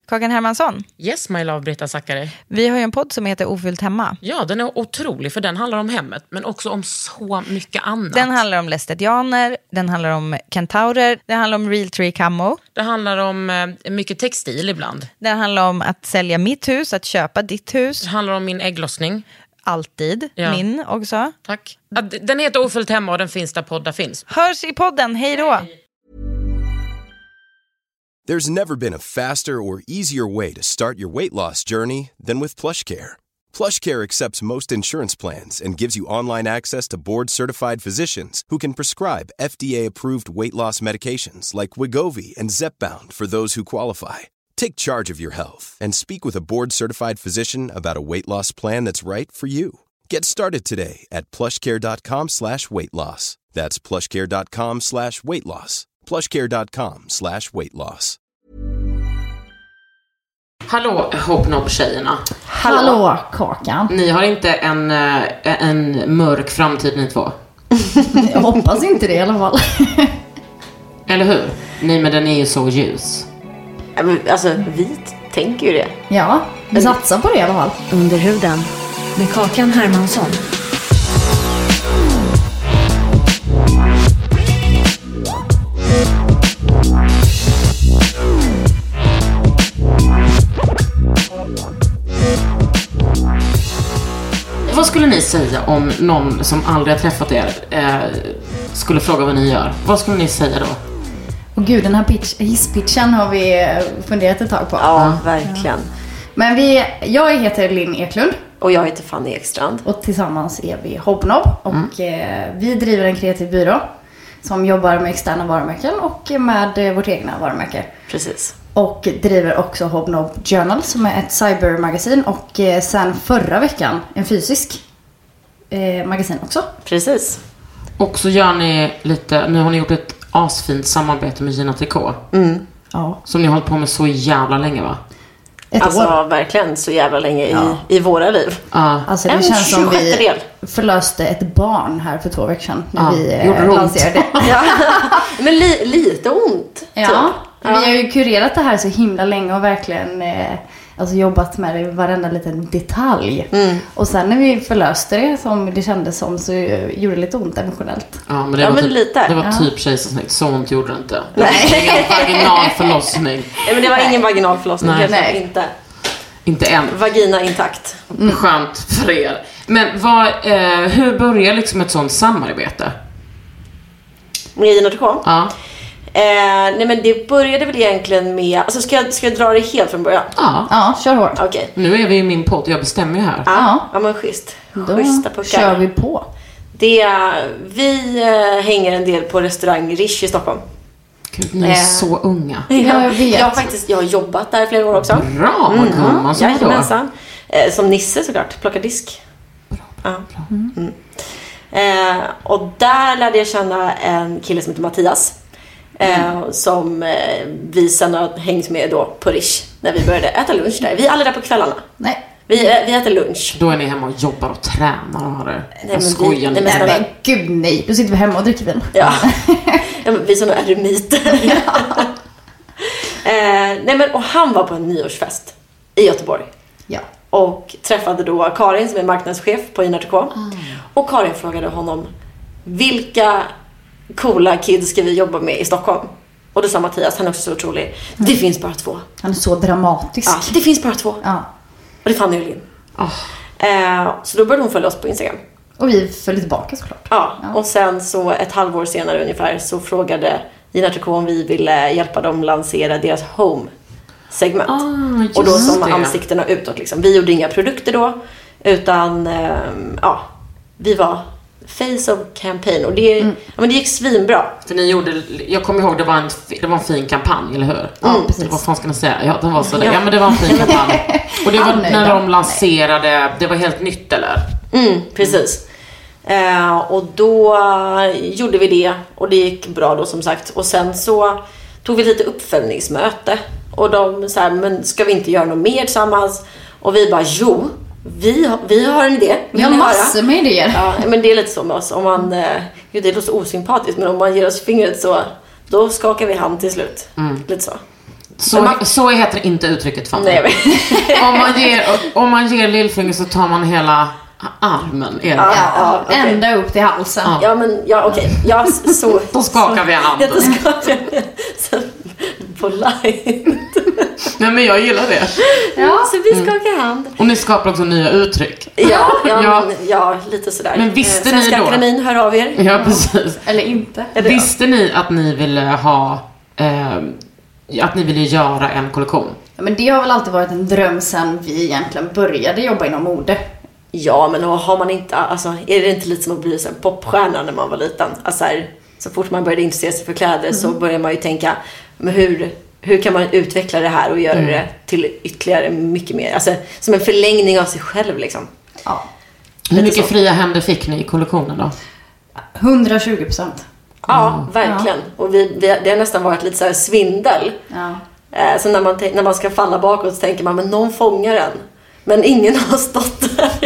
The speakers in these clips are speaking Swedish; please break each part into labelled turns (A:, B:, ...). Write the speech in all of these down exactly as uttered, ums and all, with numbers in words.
A: Kakan Hermansson.
B: Yes, my love, Britta Zackari.
A: Vi har ju en podd som heter Ofyllt hemma.
B: Ja, den är otrolig för den handlar om hemmet, men också om så mycket annat.
A: Den handlar om lästetianer, den handlar om kentaurer, den handlar om real tree camo.
B: Det handlar om eh, mycket textil ibland.
A: Den handlar om att sälja mitt hus, att köpa ditt hus.
B: Det handlar om min ägglossning.
A: Alltid,
B: ja. Min
A: också.
B: Tack. Den heter Ofyllt hemma och den finns där poddar finns.
A: Hörs i podden, hej då!
C: There's never been a faster or easier way to start your weight loss journey than with PlushCare. PlushCare accepts most insurance plans and gives you online access to board-certified physicians who can prescribe F D A-approved weight loss medications like Wegovy and Zepbound for those who qualify. Take charge of your health and speak with a board-certified physician about a weight loss plan that's right for you. Get started today at plushcare.com slash weight loss. That's plushcare.com slash weight loss. plushcare.com slash weight loss.
B: Hallå, Hopnob-tjejerna.
D: Hallå. Hallå, Kakan.
B: Ni har inte en, en mörk framtid, ni två?
D: Jag hoppas inte det i alla fall.
B: Eller hur? Nej, men den är ju så ljus.
E: Alltså, vi tänker ju det.
D: Ja, vi satsar på det i alla fall.
F: Under huden med Kakan Hermansson.
B: Vad skulle ni säga om någon som aldrig har träffat er eh, skulle fråga vad ni gör? Vad skulle ni säga då?
D: Och gud, den här pitch, hisspitchen har vi funderat ett tag på.
E: Ja, verkligen.
D: Ja. Men vi, jag heter Linn Eklund.
E: Och jag heter Fanny Ekstrand.
D: Och tillsammans är vi Hopnob. Och mm. eh, vi driver en kreativ byrå som jobbar med externa varumärken och med eh, vårt egna varumärke.
E: Precis.
D: Och driver också Hopnob Journal som är ett cybermagasin. Och eh, sen förra veckan en fysisk eh, magasin också.
E: Precis.
B: Och så gör ni lite, nu har ni gjort ett asfint samarbete med Gina Tricot.
E: Mm.
D: Ja.
B: Som ni har hållit på med så jävla länge, va?
D: Ett
E: alltså
D: år.
E: Verkligen så jävla länge
D: ja.
E: i, i våra liv.
B: Ja.
D: Alltså det
E: en
D: känns som vi
E: del.
D: förlöste ett barn här för två veckor sedan. När
B: ja.
D: vi
B: Gjorde
D: eh, lanserade det.
E: Ja. Men li, lite ont.
D: Ja.
E: Typ.
D: Vi har ju kurerat det här så himla länge och verkligen eh, alltså jobbat med det i varenda liten detalj.
E: Mm.
D: Och sen när vi förlöste det som det kändes som så gjorde det lite ont emotionellt.
B: Ja, men det
E: ja,
B: var,
E: men
B: typ,
E: lite.
B: det var
D: ja.
B: typ kejsarsnitt. Så ont gjorde det inte. Det
E: Nej.
B: var ingen vaginal förlossning.
E: Nej, men det var ingen vaginal förlossning.
B: Nej.
E: Nej. Inte.
B: Inte än.
E: Vagina intakt.
B: Mm. Skönt för er. Men vad, eh, hur börjar liksom ett sånt samarbete?
E: Med Gina Tricot?
B: Ja.
E: Eh, nej men det började väl egentligen med, alltså ska jag, ska jag dra det helt från början?
B: Ja.
D: Ja, kör hårt.
E: Okej. Okay.
B: Nu är vi i min podd, jag bestämmer ju här.
E: Ja,
D: Ja.
E: ja men schysst.
D: Då
E: Schyssta puckar.
D: kör vi på.
E: Det, vi eh, hänger en del på restaurang Rish i Stockholm.
B: Gud, ni är
E: Eh.
B: så unga.
D: Ja, jag vet.
E: Jag har faktiskt, jag har jobbat där flera år också.
B: Bra, vad gumman som då.
E: Jajamensan. Eh, som Nisse såklart, plockar disk.
B: Bra,
E: ja.
B: bra.
E: Mm. Eh, och där lärde jag känna en kille som heter Mattias. Eh, mm. Som eh, vi sen har hängt med då på Rish när vi började äta lunch där. Vi är aldrig där på kvällarna.
D: Nej.
E: Vi, vi äter lunch.
B: Då är ni hemma och jobbar och tränar och har det.
E: Nej,
B: Jag skojar
E: vi,
B: ni.
E: nej,
D: Men, men gud nej, då sitter vi hemma och dricker vin.
E: Ja, ja men vi som är eremiter. Ja. eh, nej men, och han var på en nyårsfest i Göteborg.
D: Ja.
E: Och träffade då Karin som är marknadschef på Gina Tricot. Mm. Och Karin frågade honom, vilka coola kids ska vi jobba med i Stockholm? Och då sa Mattias, han är också så otrolig. Mm. Det finns bara två.
D: Han är så dramatisk.
E: Ja, det finns bara två.
D: Ja.
E: Och det fann ju Linn.
B: Oh.
E: Eh, så då började hon följa oss på Instagram.
D: Och vi följde tillbaka såklart.
E: Ja,
D: ja,
E: och sen så ett halvår senare ungefär så frågade Gina Tricot om vi ville hjälpa dem lansera deras home-segment.
B: Ah,
E: och då som
B: det.
E: ansiktena utåt liksom. Vi gjorde inga produkter då, utan eh, ja, vi var face of campaign. Och det, mm. ja, men det gick svinbra.
B: För ni gjorde, jag kommer ihåg, det var en, det var en fin kampanj, eller hur? Ja,
E: mm,
B: precis. Vad fan ska man säga? Ja, den var så där.
E: Ja.
B: ja, men det var en fin kampanj. Och det var
D: ah, nej,
B: när
D: då.
B: de lanserade, det var helt nytt, eller?
E: Mm, precis. Mm. Eh, och då gjorde vi det, och det gick bra då som sagt. Och sen så tog vi lite uppföljningsmöte. Och de sa, men ska vi inte göra något mer tillsammans? Och vi bara, jo, vi, vi har en idé.
D: Vi har massor med idéer.
E: Ja, men det är lite så med oss. Om man, eh, gud, det låter så osympatiskt, men om man ger oss fingret så, då skakar vi hand till slut. Mm. Lite så.
B: Så,
E: man...
B: så heter inte uttrycket fan.
E: Nej, jag vet.
B: om, man ger, om man ger lillfinger så tar man hela armen. Är det?
D: Ja,
E: Ja, okay.
D: Ända upp till halsen.
B: Ja.
E: Ja, men ja, okej. Okay. Ja, så...
B: Då skakar vi hand.
E: Ja, då skakar vi. Så, polite.
B: Nej, men jag gillar det.
E: Ja, så vi skakar hand.
B: Och ni skapar också nya uttryck.
E: Ja, ja,
B: Ja.
E: Men, ja lite sådär.
B: Men visste
E: eh,
B: ni
E: Svenska
B: då?
E: Akademin, hör av er.
B: Ja, precis.
D: Eller inte.
E: Eller,
B: Visste ni att ni ville ha eh, att ni ville göra en kollektion?
D: Ja, men det har väl alltid varit en dröm sen vi egentligen började jobba inom mode.
E: Ja, men har man inte, alltså, är det inte lite som att bli så här popstjärna när man var liten? Alltså här, så fort man började intressera sig för kläder mm. så börjar man ju tänka, men hur, hur kan man utveckla det här och göra mm. det till ytterligare mycket mer, alltså som en förlängning av sig själv liksom.
D: Ja.
B: Hur mycket
E: så.
B: fria händer fick ni i kollektionen då?
D: hundratjugo procent.
E: Ja,
B: Mm.
E: verkligen. Och vi, vi, det har nästan varit lite så här svindel.
D: Ja.
E: Eh, så när man, när man ska falla bakåt så tänker man, men någon fångar en. Men ingen har stått där.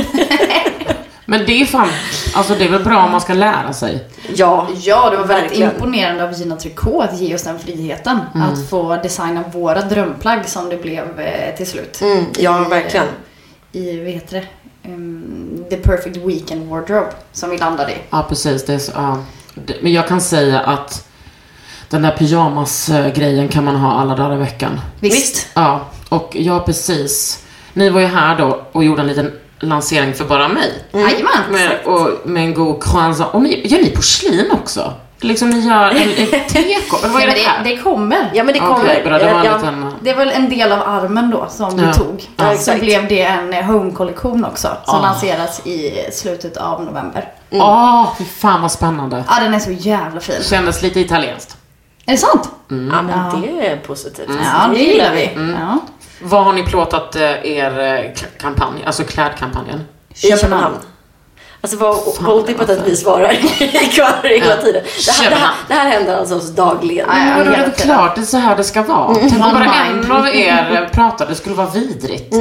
B: Men det är fan, alltså det är väl bra om man ska lära sig.
E: Ja,
D: Ja, det var väldigt
E: verkligen.
D: imponerande av Gina Tricot att ge oss den friheten.
B: Mm.
D: Att få designa våra drömplagg som det blev eh, till slut.
E: Mm, ja, verkligen.
D: I, vad heter det? Um, The Perfect Weekend Wardrobe som vi landade i.
B: Ja, precis. Det är så, ja. det, men jag kan säga att den där pyjamas-grejen kan man ha alla dagar i veckan.
E: Visst.
B: Ja, och ja, precis. Ni var ju här då och gjorde en liten lansering för bara mig.
D: Jajamän.
B: Med, och med en god croissant. Och ni, gör ni porslin också? Liksom ni gör en, en tekopp? Eller vad är
D: Nej,
B: det
D: men
B: här?
D: det, det kommer.
E: Ja, men det kommer.
B: Okej, bra, det var en
E: ja,
B: liten...
D: Det var en del av armen då som
B: Ja.
D: vi tog.
E: Ja,
D: Så
E: exakt.
D: blev det en home-kollektion också. Som
B: Ah.
D: lanseras i slutet av november.
B: Åh, mm. oh, fy fan vad spännande.
D: Ja, den är så jävla fin.
B: Kändes lite italienskt.
D: Är det sant?
B: Mm.
E: Ja, men
D: Ja.
E: det är positivt.
D: Ja, det gillar vi. Ja.
B: Vad har ni plåtat eh, er eh, k- kampanj, alltså klädkampanjen?
E: I Köpenhamn. Alltså vad hålltippat att vi svarar kvar hela tiden. Det här, det, här, det här händer alltså oss dagligen.
D: Ja, ja,
B: Men då är
D: hela
B: det
D: tiden.
B: klart, det är så här det ska vara. Tänk om
D: One
B: bara
D: mind.
B: en av er pratade, det skulle vara vidrigt.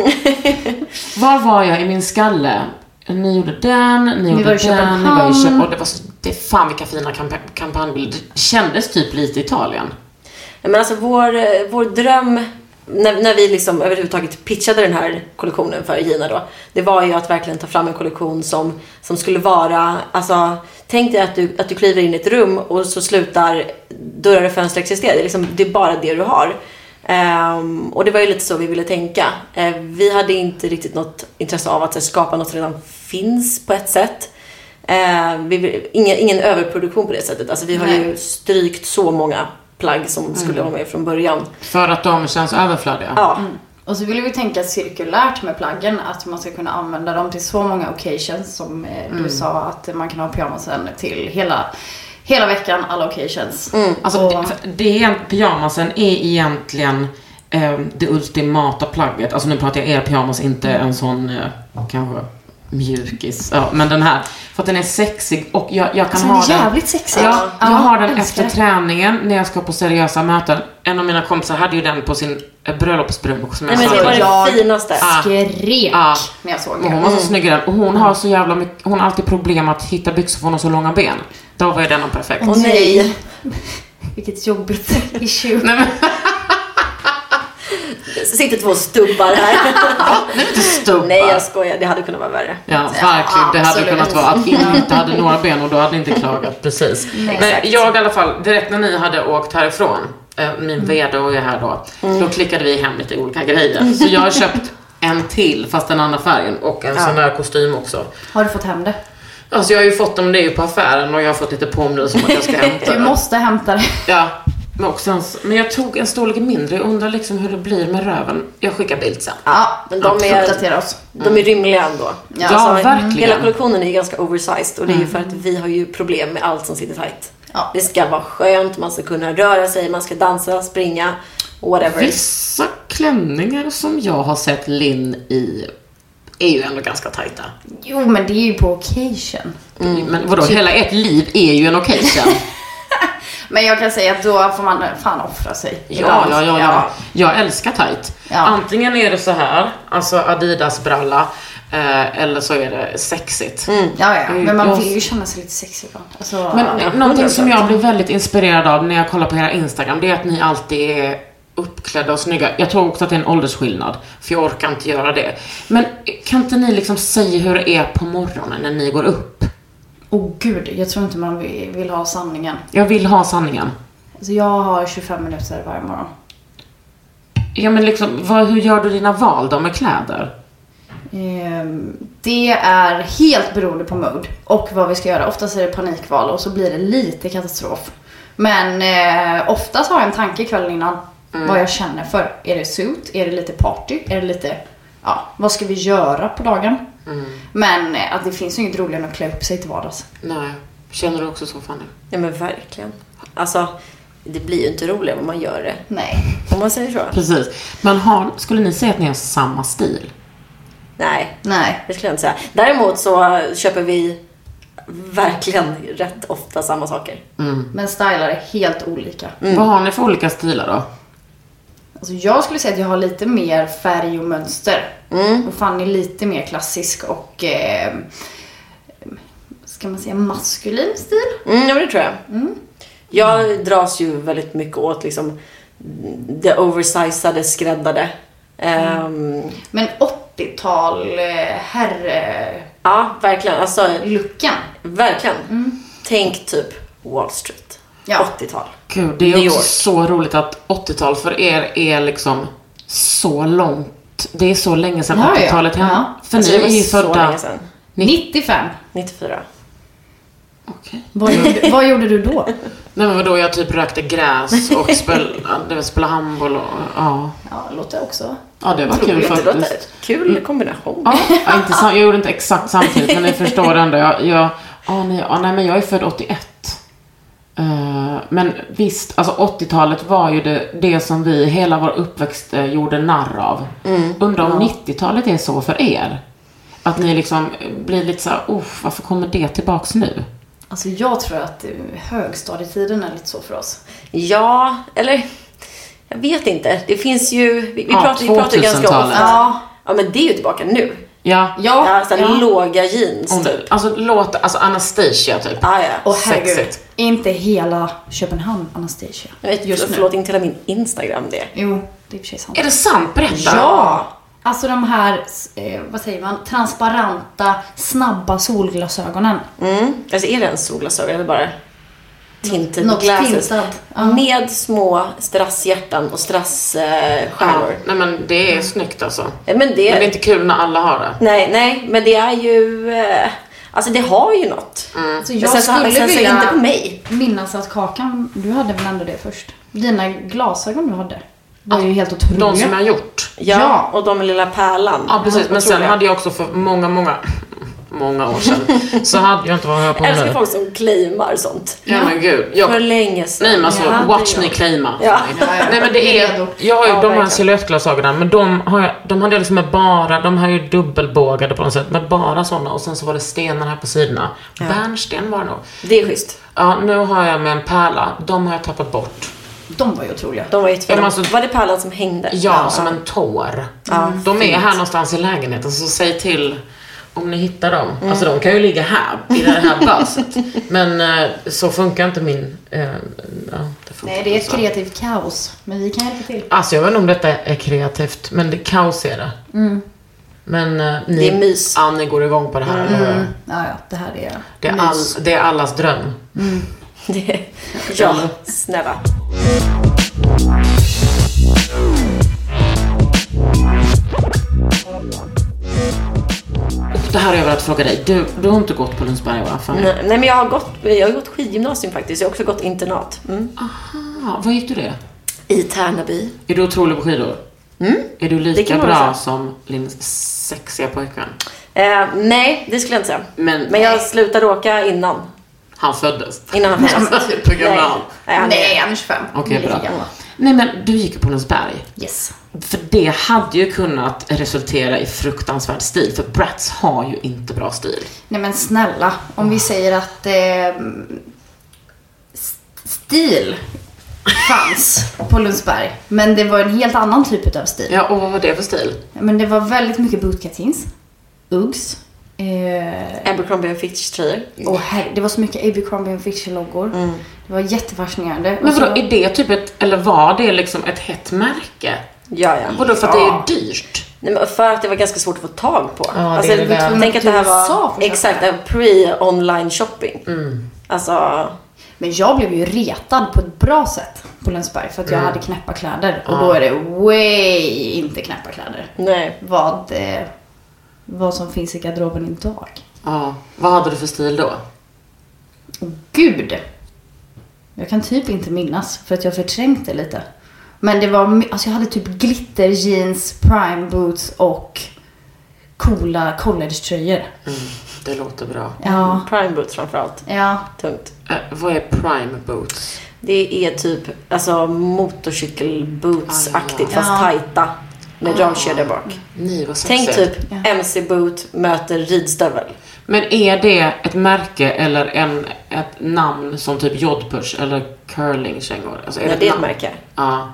B: Var var jag i min skalle? Ni gjorde den, ni gjorde
D: var i
B: den, ni var i
D: Köpenhamn.
B: Köpenhamn. Och det var så, det är fan vilka fina kamp- kampanjbilder. Det kändes typ lite Italien.
E: Men alltså vår, vår dröm när, när vi liksom överhuvudtaget pitchade den här kollektionen för Gina då, det var ju att verkligen ta fram en kollektion som, som skulle vara, alltså tänk dig att du, att du kliver in i ett rum och så slutar dörrar och fönster existera. Det är, liksom, det är bara det du har. Um, och det var ju lite så vi ville tänka. Uh, vi hade inte riktigt något intresse av att så, skapa något som redan finns på ett sätt. Uh, vi, ingen, ingen överproduktion på det sättet. Alltså vi har
D: Nej.
E: ju strykt så många plagg som skulle vara med från början.
B: För att de känns överflödiga.
E: Ja.
D: Mm. Och så ville vi tänka cirkulärt med plaggen. Att man ska kunna använda dem till så många occasions. Som eh, du
B: Mm.
D: sa, att man kan ha pyjamasen till hela, hela veckan, alla occasions.
E: Mm.
B: Alltså
D: Och-
B: det, det är, pyjamasen är egentligen eh, det ultimata plagget. Alltså nu pratar jag er pyjamas, inte en sån eh, kanske mjukis. Ja, men den här, för att den är sexig och jag, jag kan
D: Alltså,
B: ha
D: den är
B: den.
D: jävligt sexig.
B: Ja, jag
D: Ja,
B: har den
D: älskar
B: efter
D: det.
B: träningen när jag ska på seriösa möten. En av mina kompisar hade ju den på sin eh, bröllopsbrunch som
E: Nej,
B: jag
E: men
B: sa
E: det var
B: till.
E: det
D: Jag-
E: finaste.
B: Ah.
D: Skrek
B: Ja.
D: när jag såg
B: Och hon
D: det.
B: var så snygg i den. Och hon har så jävla mycket, hon har alltid problem att hitta byxor för hon har så långa ben. Då var ju den perfekt.
E: Åh nej.
D: Vilket jobbigt issue.
B: Nej men,
E: Det sitter två stubbar här.
B: det är inte stubbar.
E: Nej, jag skojar. Det hade kunnat vara värre.
B: Ja, verkligen. Det hade
D: absolut.
B: kunnat vara att vi inte hade några ben och då hade ni inte klagat. Precis. Men
D: exakt.
B: jag i alla fall, direkt när ni hade åkt härifrån, eh, min vd och jag här då, då klickade vi hem lite olika grejer. Så jag har köpt en till, fast den andra färgen, och en sån där kostym också.
D: Har du fått hem det?
B: Alltså jag har ju fått dem, det är ju på affären, och jag har fått lite påminnelse om att jag ska hämta
D: Du
B: det.
D: måste hämta det.
B: Ja, men, också en, men jag tog en storlek mindre. Jag undrar liksom hur det blir med röven. Jag skickar bild sen.
E: Ja, men de är,
D: Uppdatera oss.
E: de är rymliga ändå.
B: Ja, verkligen.
E: Hela kollektionen är ju ganska oversized. Och det är ju för att vi har ju problem med allt som sitter tight.
D: Ja.
E: Det ska vara skönt, man ska kunna röra sig, man ska dansa, springa, whatever.
B: Vissa klänningar som jag har sett Linn i är ju ändå ganska tajta.
D: Jo, men det är ju på occasion.
B: Mm. Men vadå, hela ert liv är ju en occasion.
D: Men jag kan säga att då får man fan offra sig.
B: Ja,
D: ibland.
B: ja, ja, ja. Jag älskar tight.
D: Ja.
B: Antingen är det så här, alltså Adidas-bralla, eh, eller så är det sexigt.
D: Ja, ja. Men man
B: Jag-
D: vill ju känna sig lite sexig ibland. Alltså,
B: Men
E: Ja,
B: någonting
E: hundra
B: som
E: procent.
B: jag blir väldigt inspirerad av när jag kollar på era Instagram, det är att ni alltid är uppklädda och snygga. Jag tror också att det är en åldersskillnad. För jag orkar inte göra det. Men kan inte ni liksom säga hur det är på morgonen när ni går upp?
D: Åh oh, gud, jag tror inte man vill, vill ha sanningen.
B: Jag vill ha sanningen.
D: Alltså jag har tjugofem minuter varje morgon.
B: Ja, men liksom, vad, hur gör du dina val då med kläder?
D: Um, det är helt beroende på mood och vad vi ska göra. Oftast är det panikval och så blir det lite katastrof. Men eh, oftast har jag en tanke kvällen innan mm. vad jag känner för. Är det suit? Är det lite party? Är det lite, ja, vad ska vi göra på dagen? Mm. Men eh, att det finns ju inget roligare än att klä upp sig till vardags.
B: Nej, känner du också så, Fanny?
E: Ja, men verkligen. Alltså, det blir ju inte roligare om man gör det.
D: Nej.
E: Om man säger så.
B: Precis. Men har, skulle ni säga att ni har samma stil?
E: Nej.
D: Nej.
E: Det skulle jag inte säga. Däremot så köper vi verkligen rätt ofta samma saker.
B: Mm.
D: Men stylar är helt olika.
B: Mm. Vad har ni för olika stilar då?
D: Alltså jag skulle säga att jag har lite mer färg och mönster. Mm. Och Fanny lite mer klassisk och eh, ska man säga maskulin stil?
E: Mm, ja, det tror jag. Mm. Jag dras ju väldigt mycket åt liksom det oversizade, skräddade. Mm. Um,
D: Men åttiotal herre...
E: Ja, verkligen. Alltså,
D: looken.
E: Verkligen. Mm. Tänk typ Wall Street.
D: Ja.
E: åttiotal.
B: Gud, det är också så roligt att åttiotal för er är liksom så långt. Det är så länge sedan ja, åttiotalet
D: ja.
B: Ja. För
E: alltså,
B: ni är ju födda
D: nittiofem.
E: nittiofyra.
B: Okej.
D: Vad gjorde, vad gjorde du då?
B: Nej, men vadå, jag typ rökte gräs och spelade spela handboll och ja.
D: Ja, det låter också.
B: Ja, det var kul faktiskt.
E: Kul kombination.
B: Ja, inte sam- jag gjorde inte exakt samtidigt, men ni förstår ändå. Jag, jag, ja, nej, ja, nej, men jag är född åttioett. Uh, men visst, alltså åttiotalet var ju det, det som vi hela vår uppväxt uh, gjorde narr av. Mm. Undrar om ja. nittiotalet är så för er. Att ni liksom blir lite så här, oh, varför kommer det tillbaks nu?
D: Alltså jag tror att högstadietiden är lite så för oss.
E: Ja, eller jag vet inte. Det finns ju, vi, vi, ja, pratar, vi pratar ju ganska ofta. Ja. ja, men det är ju tillbaka nu.
B: Ja.
E: Ja, ja, så ja. Låga jeans typ.
B: Alltså låt, alltså Anastasia typ.
E: Ah, ja.
D: Och herregud, inte hela Köpenhamn Anastasia.
E: Jag vet just förlåt, inte hela min Instagram det.
D: Jo, det är i och för sig sant.
B: Är det sant? Berätta.
D: Ja. Alltså de här, eh, vad säger man, transparenta, snabba solglasögonen.
E: Mm. Alltså är det en solglasögon eller bara tinted
D: Något
E: glasses?
D: tintad.
E: Uh-huh. Med små strasshjärtan och strassstjärnor.
B: Ja, nej men det är mm. snyggt alltså.
E: Ja, men, det...
B: men det är inte kul när alla har det.
E: Nej, nej, men det är ju... Eh... Alltså det har ju något.
D: Mm. Så jag sen, skulle sen, vilja inte på mig. minnas att Kakan, du hade väl ändå det först. Dina glasögon du hade var ju helt otroliga.
B: De som jag har gjort.
E: Ja, ja. Och de lilla pärlan.
B: Ja, precis. Men sen hade jag också för många, många många år sedan så hade jag inte vad jag på
E: nu. Jag älskar folk som claimar sånt.
B: Ja, ja men gud. Jag,
E: för länge sedan.
B: Nej, men alltså, watch me claima.
E: Ja.
B: Ja, ja. Nej, men det är, jag har ju ja, de här silhuettglasögonen, men de har jag, de hade jag liksom med bara, de här är ju dubbelbågade på något sätt, med bara sådana, och sen så var det stenar här på sidorna. Ja. Bärnsten var det nog.
E: Det är schysst.
B: Ja, nu har jag med en pärla. De har jag tappat bort.
D: De var ju otroliga.
E: De var jättefina. Alltså, var det pärlan som hängde?
B: Ja, ja. Som en tår. Mm. De är här någonstans i lägenheten, så säg till om ni hittar dem. Mm. Alltså de kan ju ligga här i det här baset. Men eh, så funkar inte min eh, ja, det funkar.
D: Nej, det är ett kreativt kaos. Men vi kan hjälpa till.
B: Alltså jag vet inte om detta är kreativt, men det kaos är det.
D: Mm.
B: Men eh, ni,
E: det är mys.
B: Ja, ni går igång på det här.
D: Mm. Mm. Ja, ja, det här är
B: det är, all, det är allas dröm.
D: Mm.
E: Det är, ja, snälla.
B: Det här har jag velat fråga dig. Du, du har inte gått på Lundsberg, va?
E: Nej, nej, men jag har gått, jag har gått skidgymnasium faktiskt. Jag har också gått internat. Mm.
B: Aha, vad gick du det?
E: I Tärnaby.
B: Är du otrolig på skidor?
E: Mm.
B: Är du lika bra som din sexiga pojkvän?
E: Eh, nej, det skulle jag inte säga. Men, men jag slutade åka innan.
B: Han föddes.
E: Innan han föddes.
B: På gammal.
D: Nej, nej, han är tjugofem.
B: Okej, okay, bra. Nej, men du gick på Lundsberg.
D: Yes.
B: För det hade ju kunnat resultera i fruktansvärd stil. För Bratz har ju inte bra stil.
D: Nej, men snälla. Om vi säger att eh, stil fanns på Lundsberg. Men det var en helt annan typ av stil.
B: Ja, och vad var det för stil?
D: Men det var väldigt mycket bootcuttings, Uggs, Eh,
E: Abercrombie and Fitch-tröjor.
D: oh, herre, det var så mycket Abercrombie and Fitch-loggor.
E: Mm.
D: Det var jättefascinerande.
B: Men
D: Och
B: vadå,
D: så-
B: är det typ ett, eller var det liksom ett hett märke?
E: Ja, ja.
B: Vadå, för att
E: Ja.
B: det är dyrt?
E: Nej, men för att det var ganska svårt att få tag på.
B: Ja, det
E: alltså,
B: är det där.
E: tänk att det här
D: U S A
E: var
D: för att
E: exakt,
D: köpa.
E: det var pre-online shopping.
B: Mm.
E: Alltså,
D: Men jag blev ju retad på ett bra sätt på Lundsberg för att jag hade knäppa kläder. Och då är det way inte knäppa kläder.
E: nej.
D: Vad, eh, vad som finns i garderoben idag.
B: Ja. Vad hade du för stil då?
D: Och gud! Jag kan typ inte minnas för att jag förträngt det lite. Men det var, my- alltså jag hade typ glitter, jeans, prime boots och coola college-tröjor.
B: Mm. Det låter bra.
D: Ja,
E: Prime boots framförallt.
D: ja.
E: Tungt.
B: Äh, vad är prime boots?
E: Det är typ alltså motorcykelboots-aktigt
B: Ah,
D: ja.
E: fast tajta. Med dragkedja bak.
B: Nej, vad
E: Tänk
B: sexigt.
E: typ
D: Ja.
E: M C-boot möter ridstövel.
B: Men är det ett märke eller en, ett namn som typ jodpush eller curlingkängor? Alltså, är
E: Nej,
B: det
E: det är ett
B: namn?
E: märke.
B: Ja.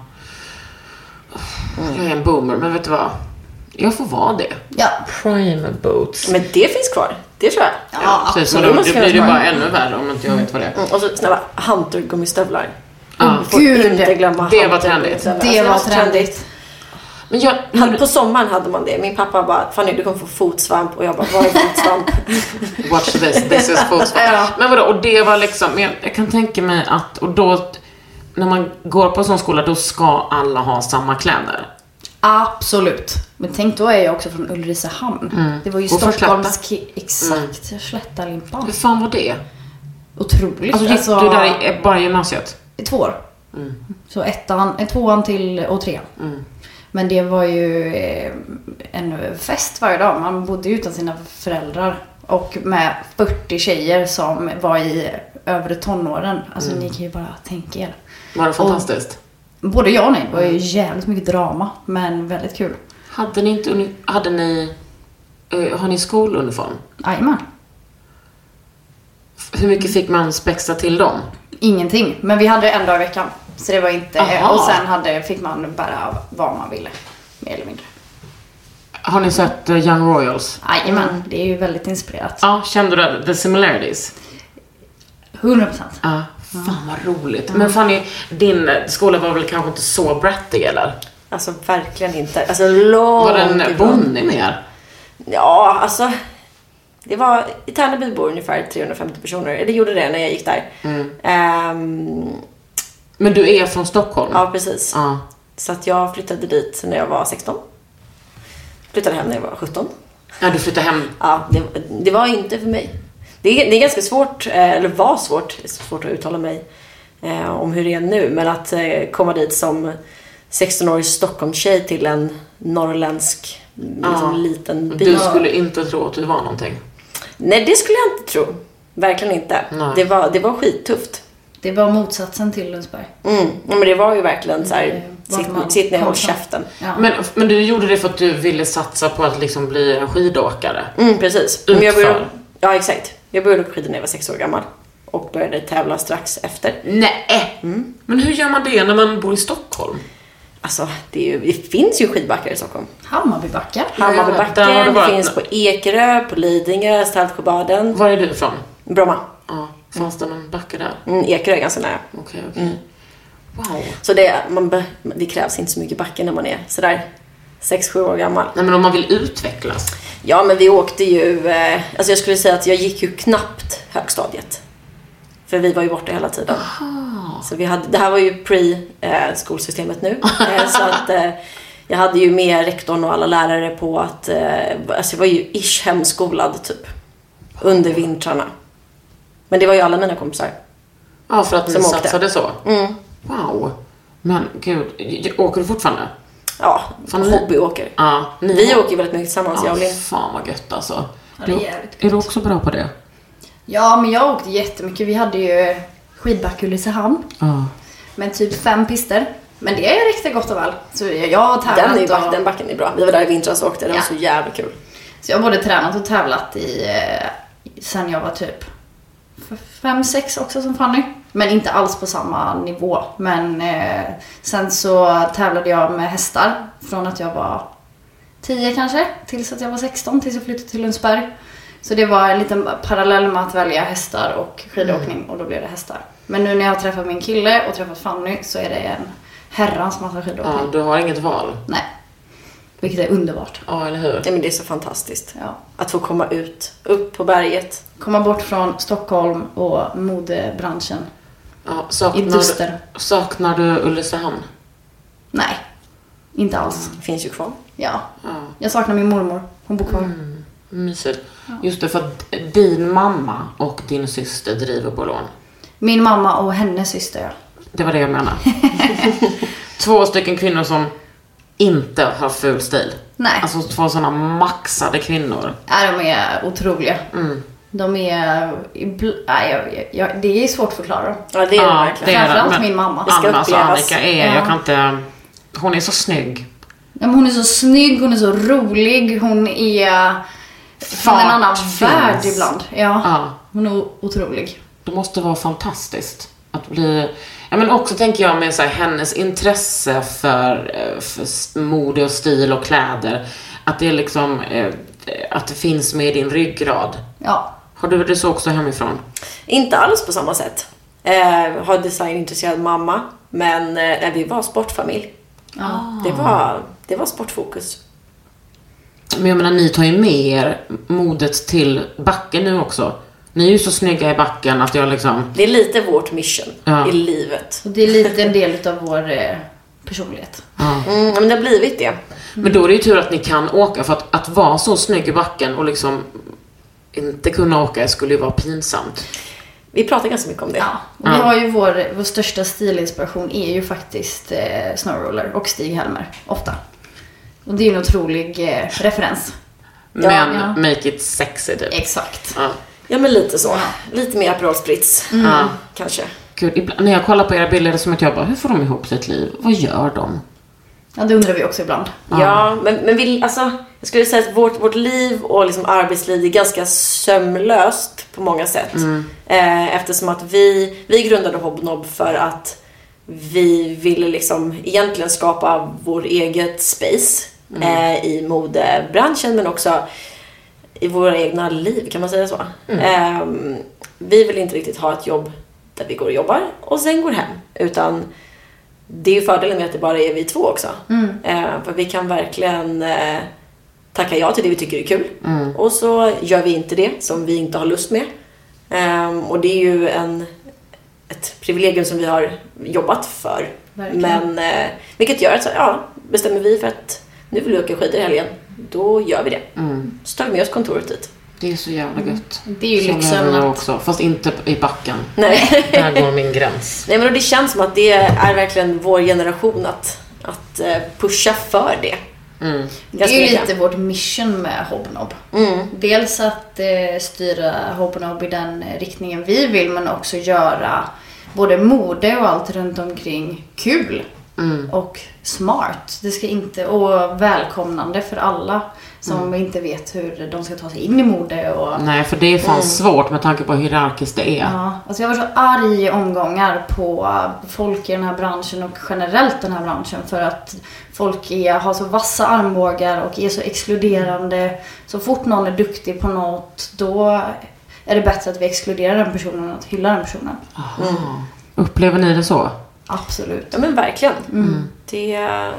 B: Jag är en boomer, men vet du vad? Jag får vara det.
D: Ja,
B: Prime boots.
E: Men det finns kvar. Det tror jag.
D: ja
B: Precis, men
E: absolut.
B: då,
E: Måste
B: då blir det
E: finnas
B: bara
E: kvar.
B: ännu värre om inte jag vet vad det är.
E: Mm, och så snälla hunter-gummistövlar.
B: Ja.
E: Får
D: Gud,
E: inte glömma
B: det var trendigt.
E: hunter-gummistövlar.
D: det
E: Alltså,
D: var trendigt.
B: Men jag,
E: Han- På sommaren hade man det. Min pappa bara, Fanny du kommer få fotsvamp. Och jag bara, vad är fotsvamp?
B: watch this, this is false.
D: Ja.
B: Men vadå, och det var liksom, men jag, jag kan tänka mig att, och då, när man går på en sån skola, då ska alla ha samma kläder.
D: Absolut. Men tänk, då är jag också från Ulricehamn.
B: Mm.
D: Det var ju
B: Och från
D: Stockholms... ki- Exakt, mm. Slättalimpan.
B: Hur fan var det?
D: Otroligt.
B: Alltså gick du där i bara gymnasiet?
D: i två år.
B: Mm.
D: Så ettan, eh, tvåan till och trean.
B: Mm.
D: Men det var ju eh, en fest varje dag. Man bodde utan sina föräldrar. Och med fyrtio tjejer som var i övre tonåren. Alltså
B: Mm.
D: ni kan ju bara tänka er.
B: Var det fantastiskt?
D: Både jag och nej. Det var ju jävligt mycket drama. Men väldigt kul.
B: Hade ni inte, uni- hade ni, uh, har ni skoluniform?
D: Jajamän.
B: Hur mycket fick man spexa till dem?
D: Ingenting. Men vi hade en dag i veckan. Så det var inte...
B: Aha.
D: Och sen hade, fick man bära vad man ville. Mer eller mindre.
B: Har ni sett uh, Young Royals?
D: Jajamän.
B: Mm.
D: Det är ju väldigt inspirerat.
B: Ja, kände du the similarities?
D: hundra procent.
B: Ja, fan vad roligt. Men Fanny, din skola var väl kanske inte så brattig eller?
E: Alltså verkligen inte. Alltså långt
B: Var den
E: ifrån.
B: bonnig mer?
E: Ja, alltså. Det var, i Tärnaby bor ungefär trehundrafemtio personer. Det gjorde det när jag gick där.
B: Mm.
E: Ehm,
B: Men du är från Stockholm?
E: ja, precis.
B: Ja.
E: Så att jag flyttade dit när jag var sexton. Flyttade hem när jag var sjutton.
B: Ja, du flyttade hem.
E: Ja, det, det var inte för mig. Det är, det är ganska svårt, eh, eller var svårt, det är svårt att uttala mig eh, om hur det är nu. Men att eh, komma dit som sexton-årig Stockholmstjej till en norrländsk liksom,
B: Ja.
E: liten by.
B: Du skulle inte tro att du var någonting.
E: Nej, det skulle jag inte tro. Verkligen inte.
B: Nej.
E: Det var, det var skittufft.
D: Det var motsatsen till Lundsberg.
E: Mm. Ja, men det var ju verkligen så här,
D: Mm, vart
E: sitt,
D: man
E: sitt ner och
D: kom
E: håll
D: från.
E: käften.
D: Ja.
B: Men, men du gjorde det för att du ville satsa på att liksom bli en skidåkare?
E: Mm, precis. Men jag
B: Utför.
E: började, ja, exakt. Jag började åka skidor när jag var sex år gammal. Och började tävla strax efter.
B: Nej.
E: Mm.
B: Men hur gör man det när man bor i Stockholm?
E: Alltså, det, är ju, det finns ju skidbackar i Stockholm.
D: Hammarbybackar.
B: där har
E: Hammarbybacken,
B: du
E: det
B: varit.
E: finns på Ekerö, på Lidingö, Saltsjöbaden,
B: Var är du ifrån?
E: Bromma.
B: Ja, fanns det någon backe där?
E: Mm, Ekerö är ganska nära.
B: Okej, okej. Wow.
E: Så det, man, be- det krävs inte så mycket backe när man är sådär sex sju år gammal.
B: Nej, men om man vill utvecklas.
E: Ja, men vi åkte ju... Eh, alltså jag skulle säga att jag gick ju knappt högstadiet. För vi var ju borta hela tiden. Så vi hade, det här var ju pre-skolsystemet nu. Eh, så att eh, jag hade ju med rektorn och alla lärare på att... Eh, alltså jag var ju ish hemskolad typ. Under vintrarna. Men det var ju alla mina kompisar.
B: Ja, för att ni
E: Som åkte.
B: satsade så.
E: Mm.
B: Wow. Men gud, åker du fortfarande?
E: Ja,
B: Fan, ni-
E: hobbyåker.
B: Ja, ni
E: Vi
B: har-
E: åker ju väldigt mycket tillsammans, jag
B: Ja,
E: och Linn.
B: fan vad gött alltså.
D: Ja, det är
B: Du-
D: jävligt
B: är du också bra på det?
D: Ja, men jag åkte jättemycket. Vi hade ju skidbacke i Ulricehamn.
B: Ja.
D: Men typ fem pister. Men det räckte gott och väl. Så jag jag har tävlat
E: Den, är ju back,
D: och,
E: den backen är bra. Vi var där i vintras och åkte, det var
D: Ja.
E: så jävla kul.
D: Så jag har både tränat och tävlat i eh, sen jag var typ f- fem, sex också som Fanny. Men inte alls på samma nivå. Men eh, sen så tävlade jag med hästar från att jag var tio kanske tills att jag var sexton, tills jag flyttade till Lundsberg. Så det var en liten parallell med att välja hästar och skidåkning mm. och då blev det hästar. Men nu när jag har träffat min kille och träffat Fanny så är det en herrans massa skidåkning.
B: Ja, du har inget val.
D: Nej. Vilket är underbart.
B: Ja, eller hur?
E: Ja, men det är så fantastiskt.
D: Ja.
E: Att få komma ut, upp på berget.
D: Komma bort från Stockholm och modebranschen.
B: Ja, saknar,
D: I duster.
B: Saknar du Ulricehamn?
D: Nej, inte alls.
E: Mm. Finns ju kvar.
D: Ja.
B: Ja.
D: Jag saknar min mormor. Hon bor kvar.
B: Mm, mysigt. Ja. Just det, för att din mamma och din syster driver Boulogne.
D: Min mamma och hennes syster, ja.
B: Det var det jag menade. Två stycken kvinnor som inte har ful stil.
D: Nej.
B: Alltså två sådana maxade kvinnor.
D: Nej, de är otroliga.
B: Mm.
D: De är... Nej, jag, jag, det är svårt att förklara dem.
E: Ja, det är
B: ja,
E: det verkligen.
B: Det är
D: Framförallt
B: det.
D: min mamma.
B: Anna och Annika är,
D: ja.
B: jag kan inte... Hon är så snygg.
D: Ja, men hon är så snygg, hon är så rolig, hon är från en annan
B: finns.
D: värld ibland. Ja,
B: Ja.
D: hon är otrolig.
B: Det måste vara fantastiskt att bli... Ja, men också tänker jag med så här, hennes intresse för, för mode och stil och kläder. Att det är liksom... Att det finns med i din ryggrad.
D: Ja.
B: Har du det så också hemifrån?
E: Inte alls på samma sätt. Eh, har designintresserad mamma. Men eh, vi var sportfamilj.
D: Ja.
E: Det var, det var sportfokus.
B: Men jag menar, ni tar ju med er modet till backen nu också. Ni är ju så snygga i backen att jag liksom...
E: Det är lite vårt mission
B: ja.
E: i livet.
D: Och det är lite en del av vår eh, personlighet.
B: Ja.
E: Mm, men det har blivit det.
B: Men då är det ju tur att ni kan åka. För att, att vara så snygg i backen och liksom inte kunna åka skulle ju vara pinsamt.
E: Vi pratar ganska mycket om det.
D: Ja. Och vi har ju vår, vår största stilinspiration är ju faktiskt eh, Snowroller och Stig Helmer, ofta. Och det är ju en otrolig eh, referens.
B: Men
D: ja.
B: make it sexy typ.
D: Exakt.
B: Ja.
E: Ja, men lite så. Lite mer Aperol Spritz.
B: Mm. Ja.
E: Kanske.
B: Gud, ibland, när jag kollar på era bilder är det som att jag bara, hur får de ihop sitt liv? Vad gör de?
D: Ja, det undrar vi också ibland.
E: Ja, ja men, men vi, alltså, jag skulle säga att vårt, vårt liv och liksom arbetsliv är ganska sömlöst på många sätt. Mm. Eh, eftersom att vi, vi grundade Hobnob för att vi ville liksom egentligen skapa vår eget space mm. eh, i modebranschen, men också i våra egna liv, kan man säga så. Mm. Eh, vi vill inte riktigt ha ett jobb där vi går och jobbar och sen går hem, utan det är ju fördelen med att det bara är vi två också. Mm. Eh, för vi kan verkligen eh, tacka ja till det vi tycker är kul. Mm. Och så gör vi inte det som vi inte har lust med. Eh, och det är ju en, ett privilegium som vi har jobbat för. Verkligen. Men eh, vilket gör att så, ja, bestämmer vi för att nu vill vi åka skidor i helgen, då gör vi det. Mm. Så tar vi med oss kontoret dit.
B: Det är så jävla gött.
D: Mm. Det är ju liksom
B: att... också, fast inte i backen.
E: Nej.
B: Där går min gräns.
E: Nej, men det känns som att det är verkligen vår generation att, att pusha för det.
D: Mm. Det är ju lite mycket vårt mission med Hobnob. Mm. Dels att eh, styra Hobnob i den riktningen vi vill, men också göra både mode och allt runt omkring kul. Mm. Och smart. Det ska inte, och välkomnande för alla som mm. inte vet hur de ska ta sig in i mode. Och,
B: nej, för det är fan mm. svårt med tanke på hur hierarkiskt det är.
D: Ja, alltså jag var så arg i omgångar på folk i den här branschen och generellt den här branschen, för att folk är, har så vassa armbågar och är så exkluderande. Så fort någon är duktig på något, då är det bättre att vi exkluderar den personen än att hylla den personen.
B: Mm. Upplever ni det så?
D: Absolut.
E: Ja, men verkligen. Mm. Det,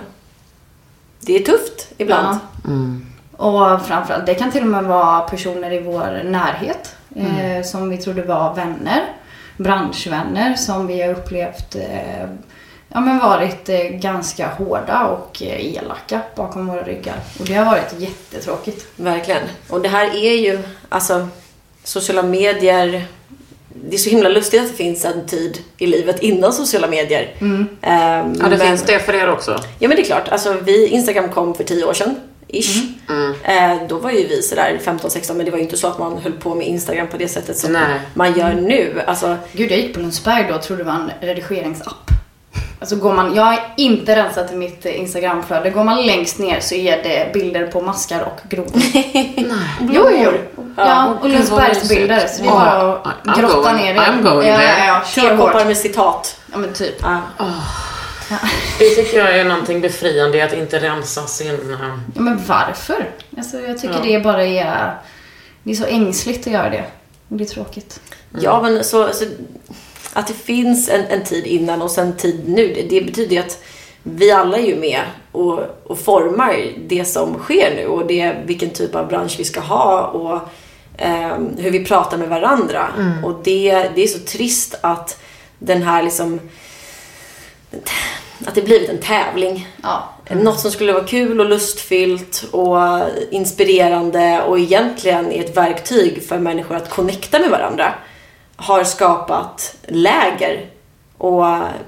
E: det är tufft ibland.
D: Ja. Mm. Och framförallt, det kan till och med vara personer i vår närhet mm. eh, som vi trodde var vänner, branschvänner, som vi har upplevt eh, ja, men varit eh, ganska hårda och eh, elaka bakom våra ryggar. Och det har varit jättetråkigt.
E: Verkligen. Och det här är ju, alltså, sociala medier. Det är så himla lustigt att det finns en tid i livet innan sociala medier. Mm. Um,
B: ja, det men, finns det för er också.
E: Ja, men det är klart. Alltså, vi, Instagram kom för tio år sedan. Ish. Mm. Mm. Uh, då var ju vi sådär femton sexton, men det var ju inte så att man höll på med Instagram på det sättet som Nej. man gör nu. Alltså,
D: gud, jag gick på Lundsberg då och trodde det var en redigeringsapp. Alltså går man, jag har inte rensat i mitt Instagramflöde. Går man längst ner så är det bilder på maskar och grodor. Nej. Jo, jo. Ja, och Lundsbergs bilder. Så det är bara att grotta ner det.
B: I'm going
D: ja,
B: there.
D: Ja, ja,
E: T-koppar med citat.
D: Ja, men typ.
E: Ja.
B: Oh. Ja. Det tycker jag är någonting befriande att inte rensa sin...
D: Ja, men varför? Alltså, jag tycker ja. det bara är... det är så ängsligt att göra det. Och det är tråkigt.
E: Mm. Ja, men så, så att det finns en, en tid innan och sen tid nu, det, det betyder att vi alla är ju med och, och formar det som sker nu och det, vilken typ av bransch vi ska ha och eh, hur vi pratar med varandra. Mm. Och det, det är så trist att den här liksom att det blivit en tävling.
D: Ja.
E: Mm. Något som skulle vara kul och lustfyllt och inspirerande och egentligen är ett verktyg för människor att connecta med varandra har skapat läger och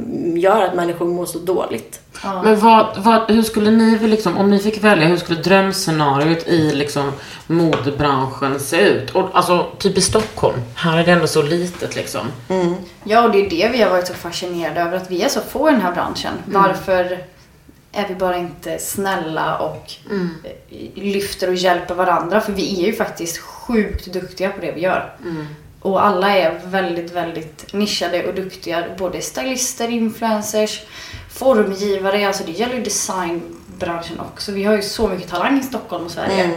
E: gör att människor mår så dåligt.
B: Ja. Men vad, vad, hur skulle ni liksom, om ni fick välja, hur skulle drömscenariot i liksom modebranschen se ut? Och, alltså typ i Stockholm, här är det ändå så litet liksom.
D: Mm. Ja, och det är det vi har varit så fascinerade över, att vi är så få i den här branschen. Mm. Varför är vi bara inte snälla och mm. lyfter och hjälper varandra? För vi är ju faktiskt sjukt duktiga på det vi gör. Mm. Och alla är väldigt, väldigt nischade och duktiga. Både stylister, influencers, formgivare. Alltså det gäller ju designbranschen också. Vi har ju så mycket talang i Stockholm och Sverige.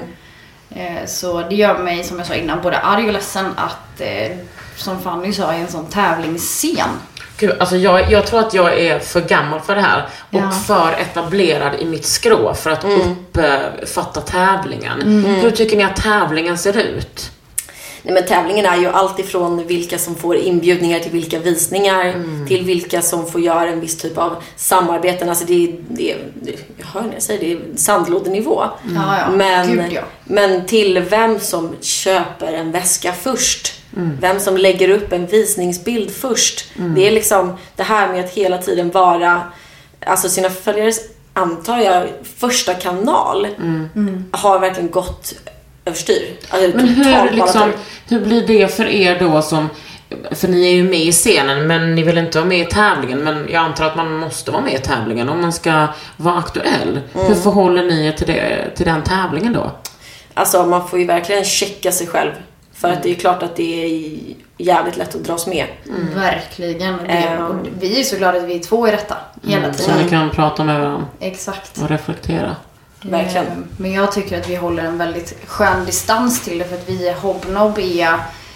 D: Mm. Så det gör mig, som jag sa innan, både arg och ledsen att, som Fanny sa, i en sån tävlingsscen.
B: Gud, alltså jag, jag tror att jag är för gammal för det här. Och
D: Ja.
B: för etablerad i mitt skrå för att
E: Mm.
B: uppfatta tävlingen.
E: Mm.
B: Hur tycker ni att tävlingen ser ut?
E: Nej, men tävlingen är ju allt ifrån vilka som får inbjudningar till vilka visningar mm. till vilka som får göra en viss typ av samarbeten. Alltså det är, det är, jag hör när jag säger det, är sandlådenivå.
D: Mm. Ja, ja.
E: Men,
D: Gud, ja.
E: men till vem som köper en väska först.
B: Mm.
E: Vem som lägger upp en visningsbild först. Mm. Det är liksom det här med att hela tiden vara, alltså sina följares, antar jag, första kanal
B: Mm.
D: Mm.
E: har verkligen gått överstyr. Alltså,
B: Men hur,
E: totalt
B: liksom,
E: bara-
B: hur blir det för er då som, för ni är ju med i scenen men ni vill inte vara med i tävlingen, men jag antar att man måste vara med i tävlingen om man ska vara aktuell.
E: Mm.
B: Hur förhåller ni er till, det, till den tävlingen då?
E: Alltså man får ju verkligen checka sig själv. För att det är klart att det är jävligt lätt att dras med.
D: Mm. Verkligen. Och det,
E: Mm.
D: och vi är så glada att vi är två i detta hela
B: Mm, så
D: tiden.
B: ni kan prata med varandra
D: Exakt.
B: och reflektera.
E: Verkligen.
D: Eh, Men jag tycker att vi håller en väldigt skön distans till det, för att vi är Hobnob är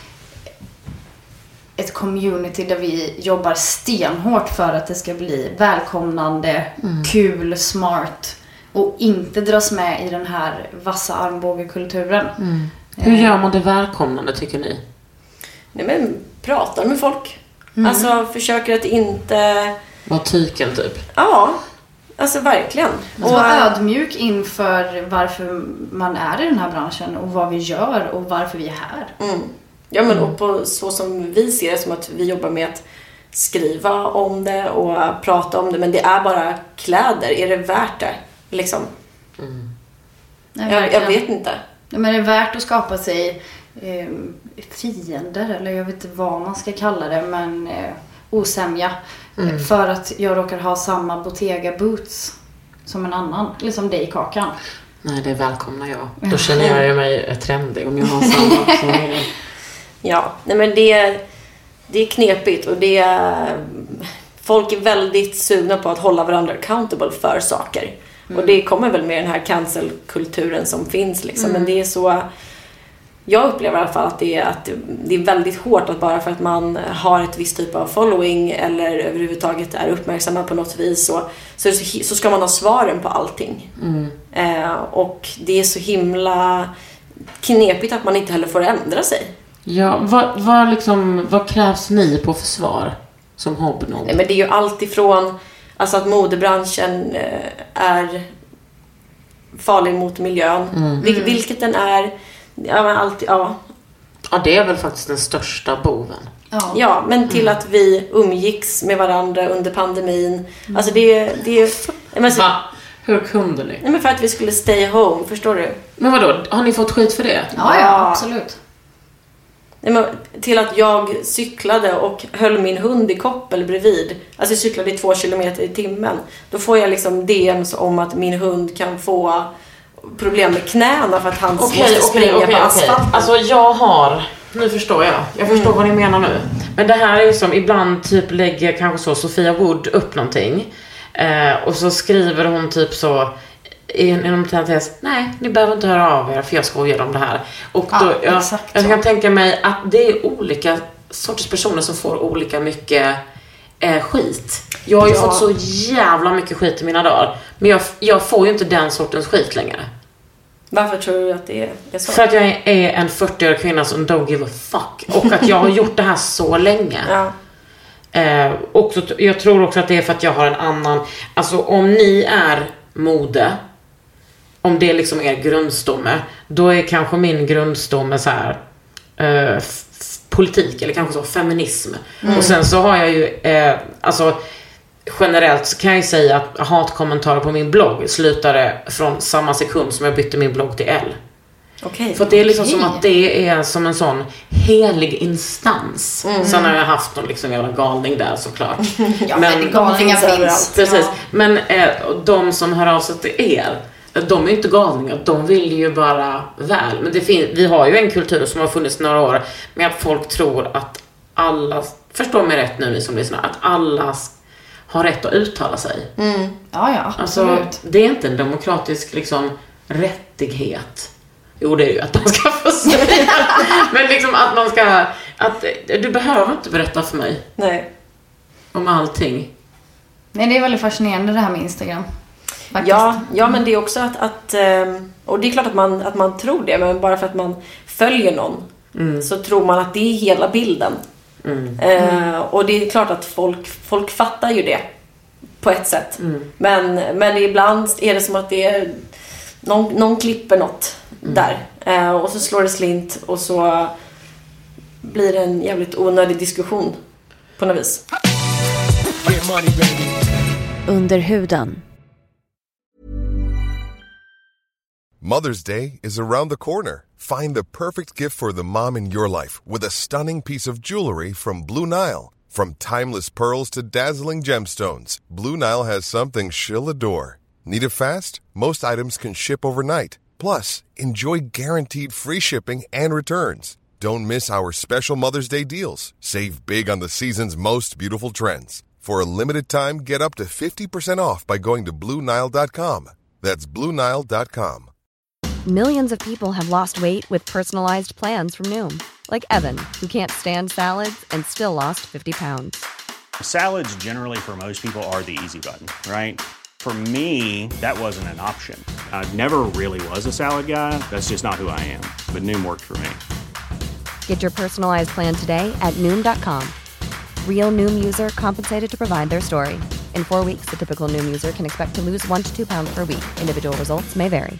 D: ett community där vi jobbar stenhårt för att det ska bli välkomnande,
B: Mm.
D: kul, smart och inte dras med i den här vassa armbågekulturen.
B: Mm. Hur gör man det välkomnande tycker ni?
E: Nej, men pratar med folk.
D: Mm.
E: Alltså försöker att inte...
B: Var tyken typ?
E: Ja, alltså verkligen.
D: Att vara ödmjuk inför varför man är i den här branschen och vad vi gör och varför vi är här.
E: Mm. Ja, men och på så som vi ser det, som att vi jobbar med att skriva om det och prata om det, men det är bara kläder. Är det värt det? Liksom.
B: Mm.
D: Nej,
E: Jag, jag
D: verkligen.
E: vet inte.
D: Nej, men det är värt att skapa sig eh, fiender, eller jag vet inte vad man ska kalla det, men eh, osämja.
B: Mm.
D: För att jag råkar ha samma Bottega boots som en annan, eller som dig, Kakan.
B: Nej, det välkomnar jag. Då känner jag ju mig trendig om jag har samma som er.
E: Ja, nej men det, det är knepigt och det är, folk är väldigt sugna på att hålla varandra accountable för saker. Mm. Och det kommer väl med den här cancel-kulturen som finns liksom. Mm. Men det är så, jag upplever i alla fall att det, är, att det är väldigt hårt att bara för att man har ett visst typ av following eller överhuvudtaget är uppmärksamma på något vis så, så, så ska man ha svaren på allting.
B: Mm.
E: Eh, och det är så himla knepigt att man inte heller får ändra sig.
B: Ja, vad, vad, liksom, vad krävs ni på försvar som Hobnob?
E: Nej, men det är ju allt ifrån alltså att modebranschen eh, är farlig mot miljön.
B: Mm.
E: Vil- vilket den är. Ja, men allt, ja.
B: Ja, det är väl faktiskt den största boven.
D: Ja.
E: ja, men till att vi umgicks med varandra under pandemin. Alltså det, det är... Men, så,
B: Va? Hur kunde ni?
E: nej, men för att vi skulle stay home, förstår du?
B: Men vadå, har ni fått skit för det?
D: Ja, ja, absolut.
E: Nej, men till att jag cyklade och höll min hund i koppel bredvid. Alltså jag cyklade i två kilometer i timmen. Då får jag liksom D Ms om att min hund kan få problem med knäna för att han
B: Okej,
E: måste
B: okej,
E: springa
B: okej,
E: på asfalten.
B: okej. Alltså jag har, nu förstår jag. Jag förstår
E: Mm.
B: vad ni menar nu. Men det här är ju som, ibland typ lägger kanske så Sofia Wood upp någonting. Eh, och så skriver hon typ så, inom parentes, nej, ni behöver inte höra av er för jag skojar om det här. Och då,
D: ja,
B: jag,
D: exakt
B: jag
D: så.
B: kan tänka mig att det är olika sorters personer som får olika mycket eh, skit. Jag har ju
E: Ja.
B: fått så jävla mycket skit i mina dagar. Men jag, jag får ju inte den sortens skit längre.
E: Varför tror du att det är så?
B: För att jag är en fyrtioårig kvinna som don't give a fuck. Och att jag har gjort det här så länge.
E: Ja.
B: Eh, också, jag tror också att det är för att jag har en annan... Alltså om ni är mode, om det liksom är grundstomme, då är kanske min grundstomme så här eh, f- politik eller kanske så feminism. Mm. Och sen så har jag ju eh, alltså generellt så kan jag ju säga att hatkommentarer på min blogg slutade från samma sekund som jag bytte min blogg till L.
E: Okej.
B: För det är liksom
D: Okej.
B: som att det är som en sån helig instans.
E: Mm.
B: Sen har jag haft någon liksom jävla galning där såklart.
D: Ja, men, men galningar
E: finns
D: finns.
B: Precis.
E: Ja.
B: Men eh, de som hör av sig till er, de är ju inte galningar. De vill ju bara väl. Men det fin- vi har ju en kultur som har funnits några år med att folk tror att alla, förstå mig rätt nu ni som lyssnar, att alla har rätt att uttala sig.
E: Mm.
D: Ja, ja,
B: Alltså,
D: absolut.
B: det är inte en demokratisk liksom rättighet. Jo, det är ju att man ska få säga. Men liksom att man ska... Att, du behöver inte berätta för mig
E: Nej.
B: om allting.
D: Nej, det är väldigt fascinerande det här med Instagram. Faktiskt.
E: Ja, ja, men det är också att, att ehm, och det är klart att man, att man tror det, men bara för att man följer någon
B: Mm.
E: så tror man att det är hela bilden.
B: Mm.
E: Eh, och det är klart att folk, folk fattar ju det på ett sätt.
B: Mm.
E: Men, men ibland är det som att det är någon, någon klipper något där. Eh, och så slår det slint och så blir det en jävligt onödig diskussion på något vis.
F: Under huden.
C: Mother's Day is around the corner. Find the perfect gift for the mom in your life with a stunning piece of jewelry from Blue Nile. From timeless pearls to dazzling gemstones, Blue Nile has something she'll adore. Need it fast? Most items can ship overnight. Plus, enjoy guaranteed free shipping and returns. Don't miss our special Mother's Day deals. Save big on the season's most beautiful trends. For a limited time, get up to fifty percent off by going to Blue Nile dot com. That's Blue Nile dot com.
G: Millions of people have lost weight with personalized plans from Noom. Like Evan, who can't stand salads and still lost fifty pounds.
H: Salads generally for most people are the easy button, right? For me, that wasn't an option. I never really was a salad guy. That's just not who I am. But Noom worked for me.
G: Get your personalized plan today at Noom dot com. Real Noom user compensated to provide their story. In four weeks, the typical Noom user can expect to lose one to two pounds per week. Individual results may vary.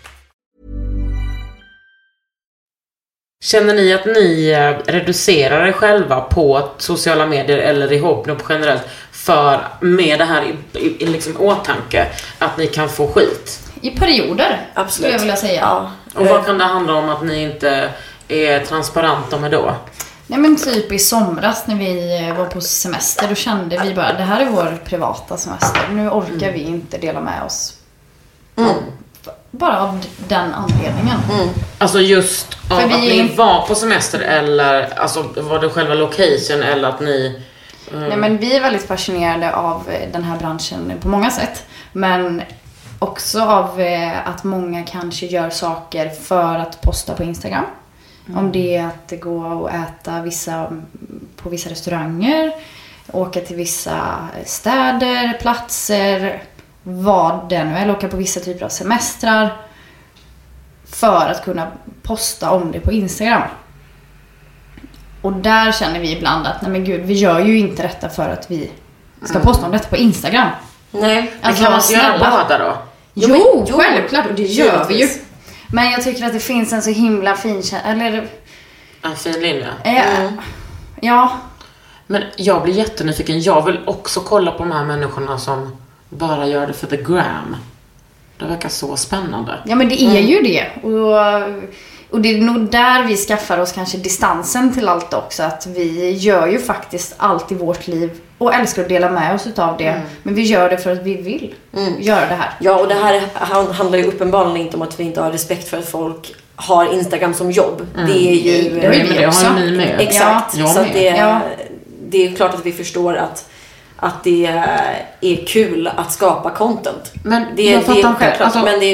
B: Känner ni att ni eh, reducerar er själva på sociala medier eller i Hobnob generellt för med det här i, i, i liksom åtanke att ni kan få skit?
D: I perioder,
E: Absolut.
D: skulle jag vilja säga.
E: Ja.
B: Och vad kan det handla om att ni inte är transparenta med då?
D: Nej, men typ i somras när vi var på semester, då kände vi bara, det här är vår privata semester. Nu orkar vi inte dela med oss.
E: Mm.
D: Bara av den anledningen.
E: Mm.
B: Alltså just av
D: För vi-
B: att ni var på semester eller alltså var det själva location eller att ni... eh,
D: Nej, men vi är väldigt fascinerade av eh, den här branschen på många sätt. Men också av eh, att många kanske gör saker för att posta på Instagram. Om det är att gå och äta vissa, på vissa restauranger, åka till vissa städer, platser, vad det nu är, eller åka på vissa typer av semestrar för att kunna posta om det på Instagram. Och där känner vi ibland att nej men gud, vi gör ju inte detta för att vi ska posta om detta på Instagram.
E: Nej.
B: men kan man inte göra båda då?
D: Jo,
E: Jo, men- jo,
D: självklart, och det gör vi ju.
E: givetvis.
D: Men jag tycker att det finns en så himla fin kä- eller
B: En fin linje.
D: eh,
E: Mm.
D: ja,
B: Men jag blir jättenyfiken. Jag vill också kolla på de här människorna som bara gör det för the gram. Det verkar så spännande.
D: ja men det är ju det. Och, och det är nog där vi skaffar oss kanske distansen till allt också. Att vi gör ju faktiskt allt i vårt liv och älskar att dela med oss utav det. Men vi gör det för att vi vill göra det här.
E: Ja, och det här han- handlar ju uppenbarligen inte om att vi inte har respekt för att folk har Instagram som jobb. Det är ju...
D: Det har ju
B: Men
D: vi
B: det
D: också.
B: har ju ni med.
E: Exakt.
B: Ja,
E: så
B: jag
E: att
B: med.
E: det,
D: Ja.
E: det är klart att vi förstår att, att det är kul att skapa content.
B: Men
E: det,
B: jag
E: det
B: fattar
E: är
B: inte.
E: självklart.
B: Alltså-
E: Men det är,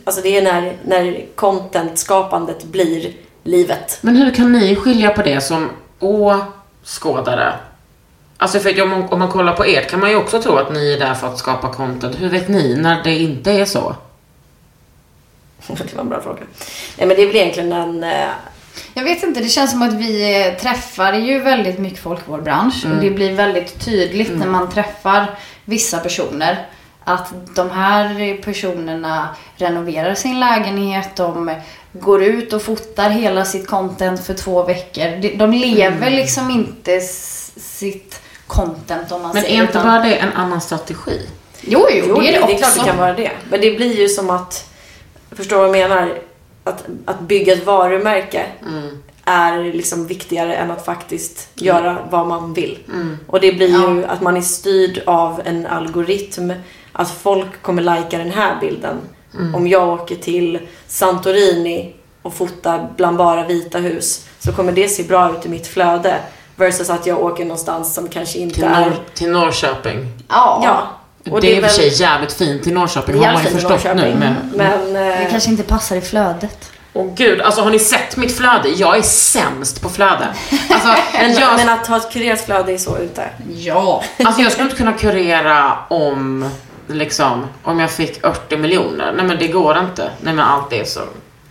E: Alltså det är när, när content-skapandet blir livet.
B: Men hur kan ni skilja på det som åskådare? Alltså för att om man, om man kollar på er kan man ju också tro att ni är där för att skapa content. Hur vet ni när det inte är så?
E: Det var en bra fråga. Nej, men det är väl egentligen en... Eh...
D: Jag vet inte, det känns som att vi träffar ju väldigt mycket folk i vår bransch. Mm. Och det blir väldigt tydligt mm. när man träffar vissa personer att de här personerna renoverar sin lägenhet, de går ut och fotar hela sitt content för två veckor. De, de lever mm. liksom inte s- sitt content om man
B: men
E: Men
B: säger. Men
E: är
B: inte bara det en annan strategi?
D: Jo, jo, jo det är det,
E: det
D: också.
E: Det är klart det kan vara det. Men det blir ju som att, förstår vad jag menar, att, att bygga ett varumärke mm. är liksom viktigare än att faktiskt mm. göra vad man vill. Mm. Och det blir ju ja. att man är styrd av en algoritm. Att folk kommer lajka den här bilden. Mm. Om jag åker till Santorini och fotar bland bara vita hus, så kommer det se bra ut i mitt flöde. Versus att jag åker någonstans som kanske inte
B: till
E: är...
B: Nor- till Norrköping.
E: Ja. ja.
B: Och det, det är i och för sig jävligt fint i Norrköping. Har man ju förstått nu. Men,
E: men
D: det kanske inte passar i flödet.
B: Åh gud, alltså har ni sett mitt flöde? Jag är sämst på flöde. Alltså,
E: men,
B: jag...
E: men att ha ett kurerat flöde är så ute.
D: Ja.
B: Alltså jag skulle inte kunna kurera om liksom, om jag fick åttio miljoner. Nej men det går inte. Nej men allt är så.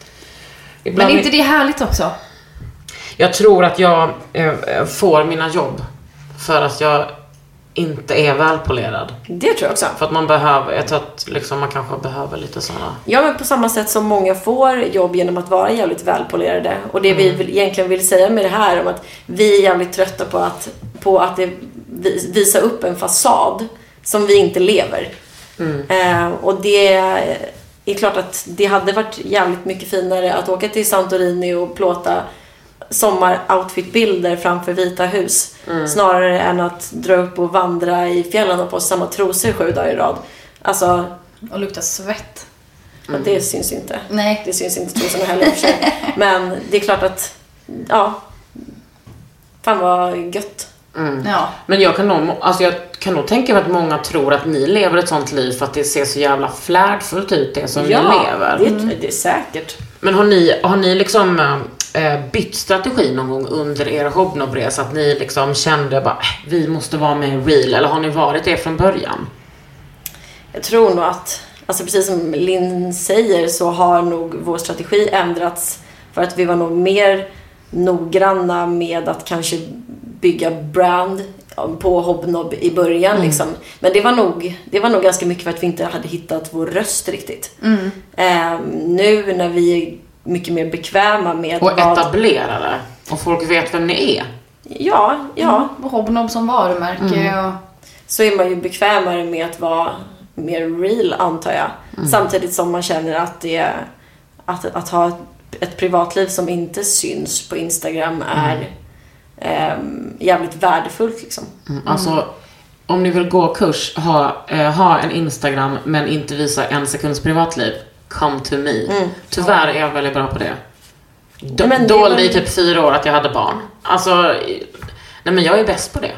D: Ibland men är inte det härligt också?
B: Jag tror att jag eh, får mina jobb för att jag inte är välpolerad.
E: Det tror jag också.
B: För att man behöver, jag tror att liksom man kanske behöver lite sådana.
E: Ja, men på samma sätt som många får jobb genom att vara jävligt välpolerade. Och det mm. vi vill, egentligen vill säga med det här om att vi är jävligt trötta på att, på att det visa upp en fasad som vi inte lever. Mm. Eh, och det är klart att det hade varit jävligt mycket finare att åka till Santorini och plåta sommaroutfitbilder framför vita hus mm. snarare än att dra upp och vandra i fjällen och på samma trosor sju dagar i rad. Alltså,
D: och lukta svett.
E: Mm. Det syns inte.
D: Nej.
E: Det syns inte trosorna heller för sig. Men det är klart att ja, fan vad gött.
B: Mm. Ja. Men jag kan, nog, alltså jag kan nog tänka mig att många tror att ni lever ett sånt liv för att det ser så jävla flärdfullt ut det som
E: ja,
B: ni lever.
E: Ja, det, det är säkert.
B: Men har ni, har ni liksom äh, bytt strategi någon gång under er Hobnobresa, att ni liksom kände bara, äh, vi måste vara med real, eller har ni varit det från början?
E: Jag tror nog att, alltså precis som Linn säger, så har nog vår strategi ändrats för att vi var nog mer noggranna med att kanske bygga brand på Hobnob i början mm. liksom. Men det var nog det var nog ganska mycket för att vi inte hade hittat vår röst riktigt. Mm. Eh, nu när vi är mycket mer bekväma med
B: och vad... etablerade och folk vet vem ni är.
E: Ja, ja.
D: Mm. Och Hobnob som varumärke mm. och...
E: så är man ju bekvämare med att vara mer real, antar jag. Mm. Samtidigt som man känner att det att att ha ett, ett privatliv som inte syns på Instagram är mm. Um, jävligt värdefullt liksom.
B: Mm, alltså om ni vill gå kurs, ha, uh, ha en Instagram men inte visa en sekunds privatliv, come to me. Mm. Tyvärr är jag väldigt bra på det. D- men dolde i typ fyra år att jag hade barn. Alltså, nej men jag är bäst på det.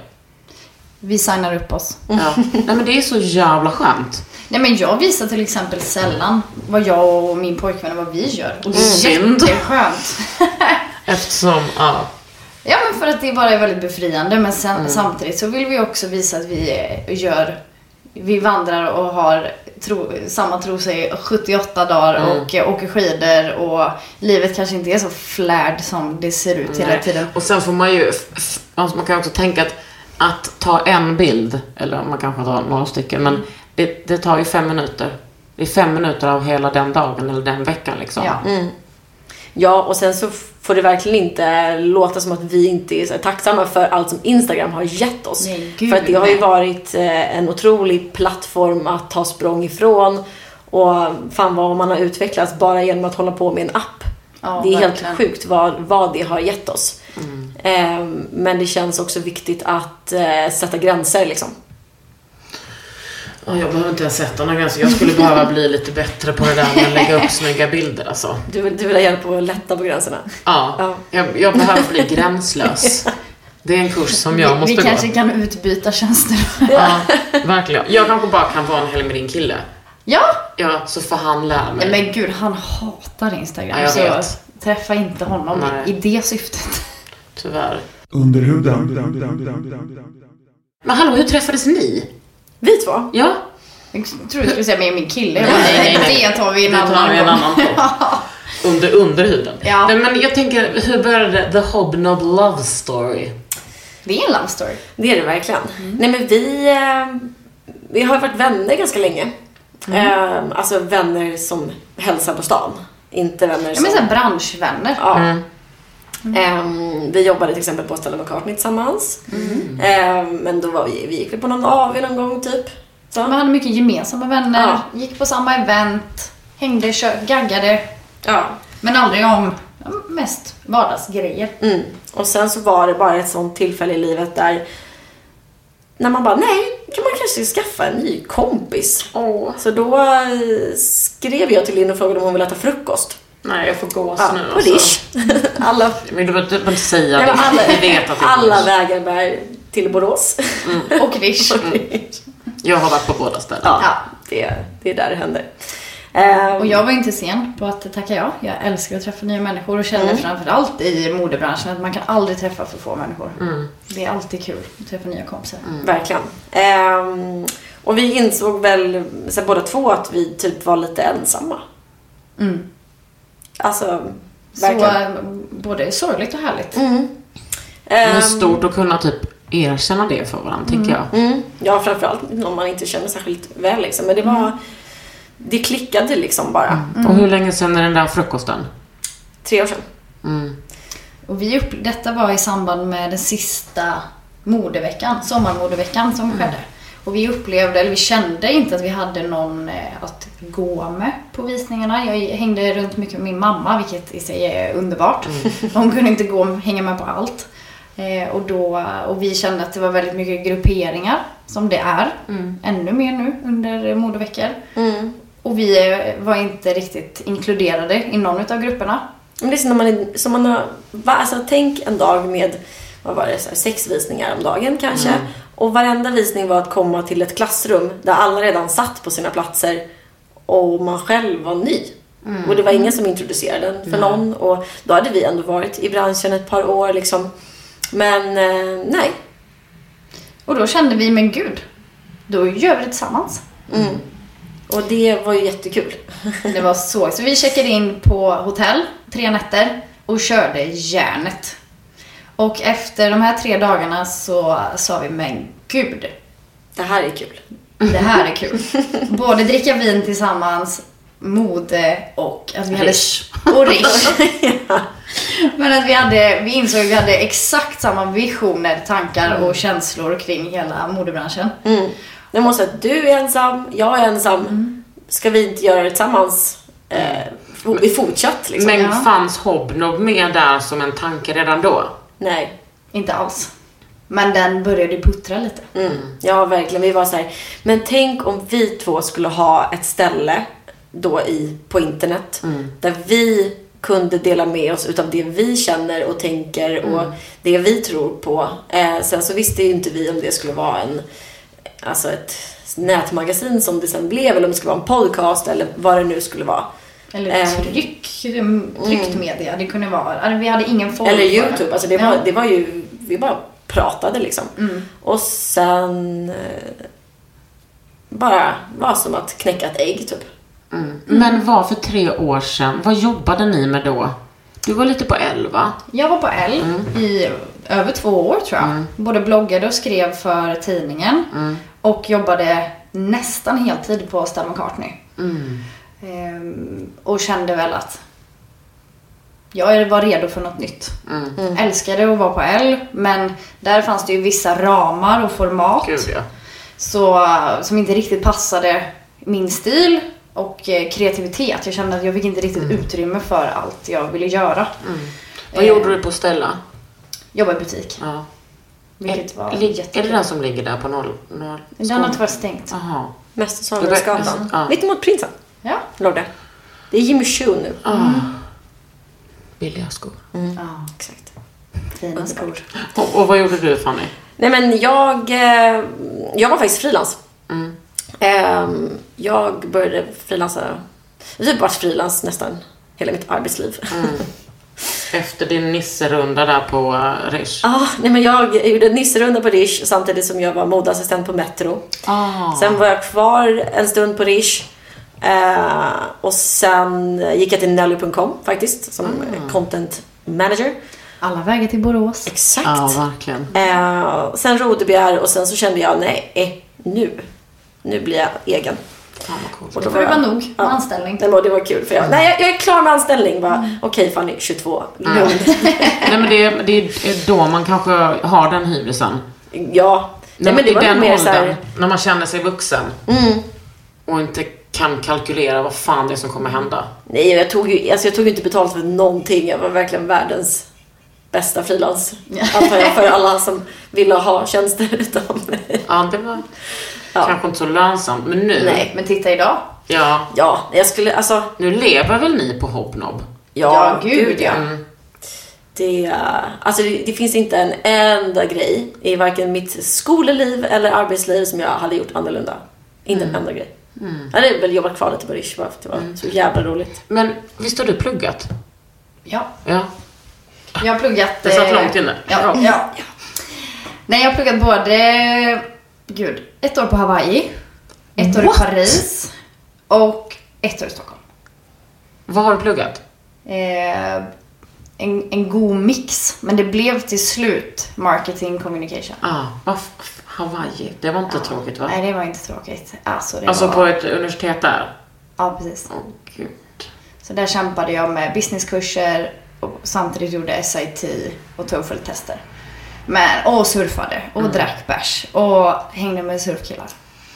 D: Vi signar upp oss.
B: Ja. Nej men det är så jävla skönt.
D: Nej men jag visar till exempel sällan vad jag och min pojkvän vad vi gör. Och det är
B: mm.
D: jätteskönt.
B: Eftersom, ja.
D: Ja, men för att det bara är väldigt befriande. Men sen, mm. samtidigt så vill vi också visa att vi gör... Vi vandrar och har tro, samma trosor i sjuttioåtta dagar mm. och åker skidor. Och livet kanske inte är så flärd som det ser ut hela
B: Nej.
D: tiden.
B: Och sen får man ju... Man kan också tänka att, att ta en bild, eller man kanske tar några stycken, men det, det tar ju fem minuter. Det är fem minuter av hela den dagen eller den veckan liksom.
E: Ja. Mm. Ja, och sen så får det verkligen inte låta som att vi inte är så tacksamma för allt som Instagram har gett oss.
D: Nej, gud,
E: för att det har ju varit en otrolig plattform att ta språng ifrån. Och fan vad man har utvecklats bara genom att hålla på med en app. Ja, det är verkligen helt sjukt vad, vad det har gett oss. Mm. Eh, men det känns också viktigt att eh, sätta gränser liksom.
B: Jag behöver inte ens sätta några gränser. Jag skulle behöva bli lite bättre på det där med att lägga upp snygga bilder alltså.
E: Du vill, du vill ha hjälp på att lätta på gränserna?
B: Ja, ja. Jag, jag behöver bli gränslös. Det är en kurs som jag
D: vi,
B: måste
D: vi
B: gå.
D: Vi kanske kan utbyta tjänster.
B: Ja, verkligen. Jag kanske bara kan vara en helg med din kille.
D: Ja!
B: Ja, så får han lära mig.
D: Men gud, han hatar Instagram.
B: Ja, jag
D: så
B: vet.
D: träffa inte honom
B: Nej.
D: i det syftet.
B: Tyvärr.
I: Under huden.
B: Men hallå, hur träffades ni?
E: Vi två?
B: Ja.
D: Jag tror du skulle säga med min kille.
B: Nej, nej, nej.
D: Det tar vi en
B: Det tar
D: annan
B: vi en
D: gång.
B: annan gång. Under underhuden.
D: Ja.
B: Nej, men jag tänker, hur började The Hobnob Love Story?
D: Det är en love story.
E: Det är det verkligen. Nej men vi, eh, vi har varit vänner ganska länge.
D: Mm.
E: Eh, alltså vänner som hälsar på stan. Inte vänner
D: Ja,
E: som...
D: men så här branschvänner.
E: Ja.
B: Mm.
E: Eh, vi jobbade till exempel på Stella McCartney tillsammans.
D: Mm.
E: Eh, men då var vi, vi gick vi på någon A V någon gång typ. Så.
D: Man hade mycket gemensamma vänner.
E: Ja.
D: Gick på samma event. Hängde, kö- gaggade.
E: Ja.
D: Men aldrig om ja, mest vardagsgrejer.
E: Mm. Och sen så var det bara ett sånt tillfälle i livet där när man bara, nej, kan man kanske skaffa en ny kompis.
B: Åh.
E: Så då eh, skrev jag till Linn och frågade om hon ville äta frukost.
B: Nej, jag får gås
E: Ja,
B: nu.
E: på
B: Alltså.
E: Dish. alla,
B: Men du behöver inte säga
E: nej,
B: det.
E: men alla,
B: Vi vet att det är
E: alla
B: Dish.
E: vägar bär till Borås.
D: Och Rish.
B: Jag har varit på båda ställen.
E: Ja,
D: Ja.
E: det, det är där det händer. Ehm,
D: Och jag var inte sen på att tacka ja. Jag älskar att träffa nya människor och känner
E: Mm.
D: framförallt i modebranschen att man kan aldrig träffa för få människor.
B: Mm.
D: Det är alltid kul att träffa nya kompisar.
E: Verkligen. Ehm, och vi insåg väl så här, båda två att vi typ var lite ensamma.
D: Mm.
E: Alltså,
D: Så
E: verkligen.
D: äh, både sorgligt och härligt.
E: Mm.
B: Det är
E: Ehm,
B: stort att kunna typ erkänna det för varandra, tycker jag.
E: Mm. Ja, framförallt om man inte känner särskilt väl liksom. Men det var, det klickade liksom bara.
B: Och hur länge sedan är den där frukosten?
E: Tre år sedan.
B: Mm.
D: Och vi upp, detta var i samband med den sista modeveckan, sommarmodeveckan som skedde. Och vi upplevde, eller vi kände inte att vi hade någon eh, att gå med på visningarna. Jag hängde runt mycket med min mamma, vilket i sig är underbart. Hon kunde inte gå och hänga med på allt. Eh, och, då, och vi kände att det var väldigt mycket grupperingar, som det är. Ännu mer nu under modeveckor.
E: Mm.
D: Och vi eh, var inte riktigt inkluderade i någon av grupperna.
E: Men det är som när man, är, som man har, va, alltså tänk en dag med, vad var det, så här, sex visningar om dagen kanske.
B: Mm.
E: Och varenda visning var att komma till ett klassrum där alla redan satt på sina platser och man själv var ny.
B: Mm.
E: Och det var ingen som introducerade den för någon. Och då hade vi ändå varit i branschen ett par år liksom. Men eh, nej.
D: Och då kände vi, men gud, då gör vi det tillsammans.
E: Mm. Och det var ju jättekul.
D: Det var så. Så vi checkade in på hotell, tre nätter, och körde järnet. Och efter de här tre dagarna så sa vi, men gud,
E: Det här är kul.
D: det här är kul. Både dricka vin tillsammans, mode och att vi hade...
B: Rish.
D: Och rish. Men att vi hade, vi insåg att vi hade exakt samma visioner, tankar och känslor kring hela modebranschen.
E: Mm. Jag måste säga att du är ensam, jag är ensam. Ska vi inte göra det tillsammans? Eh, vi fortsatt liksom.
B: Men
D: Ja.
B: fanns Hobnob med där som en tanke redan då?
E: Nej.
D: Inte alls. Men den började puttra lite.
E: Mm. Ja, verkligen. Vi var så här. Men tänk om vi två skulle ha ett ställe då i, på internet där vi kunde dela med oss utav det vi känner och tänker och det vi tror på. Eh, sen så visste ju inte vi om det skulle vara en, alltså ett nätmagasin som det sen blev, eller om det skulle vara en podcast eller vad det nu skulle vara.
D: Eller
E: Eh,
D: tryck, tryckt media. Det kunde vara. Alltså, vi hade ingen form
E: Eller
D: för det.
E: YouTube. Alltså det var,
D: Ja.
E: det var ju, vi bara pratade liksom. Och sen eh, bara var som att knäcka ett ägg typ.
B: Mm. Men vad för tre år sedan, vad jobbade ni med då? Du var lite på L, va?
D: Jag var på L i över två år tror jag.
B: Mm.
D: Både bloggade och skrev för tidningen. Och jobbade nästan heltid på Stella McCartney.
B: Mm.
D: Ehm, och kände väl att jag var redo för något nytt.
B: Mm.
D: Älskade att vara på L, men där fanns det ju vissa ramar och format.
B: Gud, ja.
D: Så, som inte riktigt passade min stil och eh, kreativitet. Jag kände att jag fick inte riktigt utrymme för allt jag ville göra.
B: Vad
D: Eh,
B: gjorde du på Stella?
D: Jobba i butik.
B: Ja.
D: Vilket var
B: Är, är det
D: jättekul.
B: den som ligger där på noll? noll
D: Den har tyvärr stängt.
B: Jaha.
E: Mäster
B: Det var-
E: Samuelsgatan.
B: ja.
E: Mitt emot Prinsen.
D: Ja.
E: Låg det. Det är Jimmy Choo nu.
B: Ah. Billiga skor.
D: Ja,
E: Exakt.
D: fina skor.
B: Och, och vad gjorde du, Fanny?
E: Nej men jag, eh, jag var faktiskt frilans.
B: Mm.
E: Um, jag började frilansa. Jag har typ varit frilans nästan hela mitt arbetsliv.
B: Mm. Efter din nisserunda där på uh, Rish.
E: Ja, ah, nej men jag gjorde en nisserunda på Rish samtidigt som jag var modeassistent på Metro.
B: Ah.
E: Sen var jag kvar en stund på Rish. Uh, och sen gick jag till Nelly punkt com faktiskt som mm. content manager.
D: Alla vägar till Borås.
E: Exakt.
B: Ja, verkligen.
E: Uh, sen Rodebjer och sen så kände jag nej, nu. Nu blir jag egen.
B: Ja,
D: och då får det vara nog med ja. anställning.
E: Nej, det var kul för jag, nej, jag, jag är klar med anställning. Mm. Okej, Fanny, tjugotvå.
B: Mm. Nej, men det, det är då man kanske har den hybrisen.
E: Ja. Nej, men det var
B: den
E: mer
B: åldern,
E: så här...
B: när man känner sig vuxen.
E: Mm.
B: Och inte kan kalkylera vad fan det är som kommer hända.
E: Nej, jag tog ju alltså jag tog ju inte betalt för någonting. Jag var verkligen världens bästa frilans. Antar jag för alla som ville ha tjänster utav mig.
B: Ja, det var ja. kanske inte så lönsamt. Men nu...
D: Nej, men titta idag.
B: Ja.
E: Ja, jag skulle alltså...
B: Nu lever väl ni på Hobnob?
E: Ja, ja gud ja.
B: Mm.
E: Det, alltså det, det finns inte en enda grej i varken mitt skoleliv eller arbetsliv som jag hade gjort annorlunda. Inte mm. en enda grej. Mm. Jag hade väl jobbat kvar lite på Rish bara för att det var mm. så jävla roligt.
B: Men visst har du pluggat?
D: Ja.
B: Ja.
D: Jag har pluggat...
B: Det satt långt inne.
D: Ja, ja. ja. Nej, jag har pluggat både... Gud, ett år på Hawaii. Ett år What? i Paris. Och ett år i Stockholm.
B: Vad har du pluggat?
D: Eh, en, en god mix. Men det blev till slut marketing communication.
B: Ah, Hawaii. Det var inte ja. tråkigt, va?
D: Nej, det var inte tråkigt. Alltså, det
B: alltså
D: var...
B: på ett universitet där?
D: Ja, precis.
B: Åh, gud.
D: Så där kämpade jag med businesskurser och samtidigt gjorde S I T och TOEFL-tester. Men, och surfade och mm. drack bärs och hängde med surfkillar.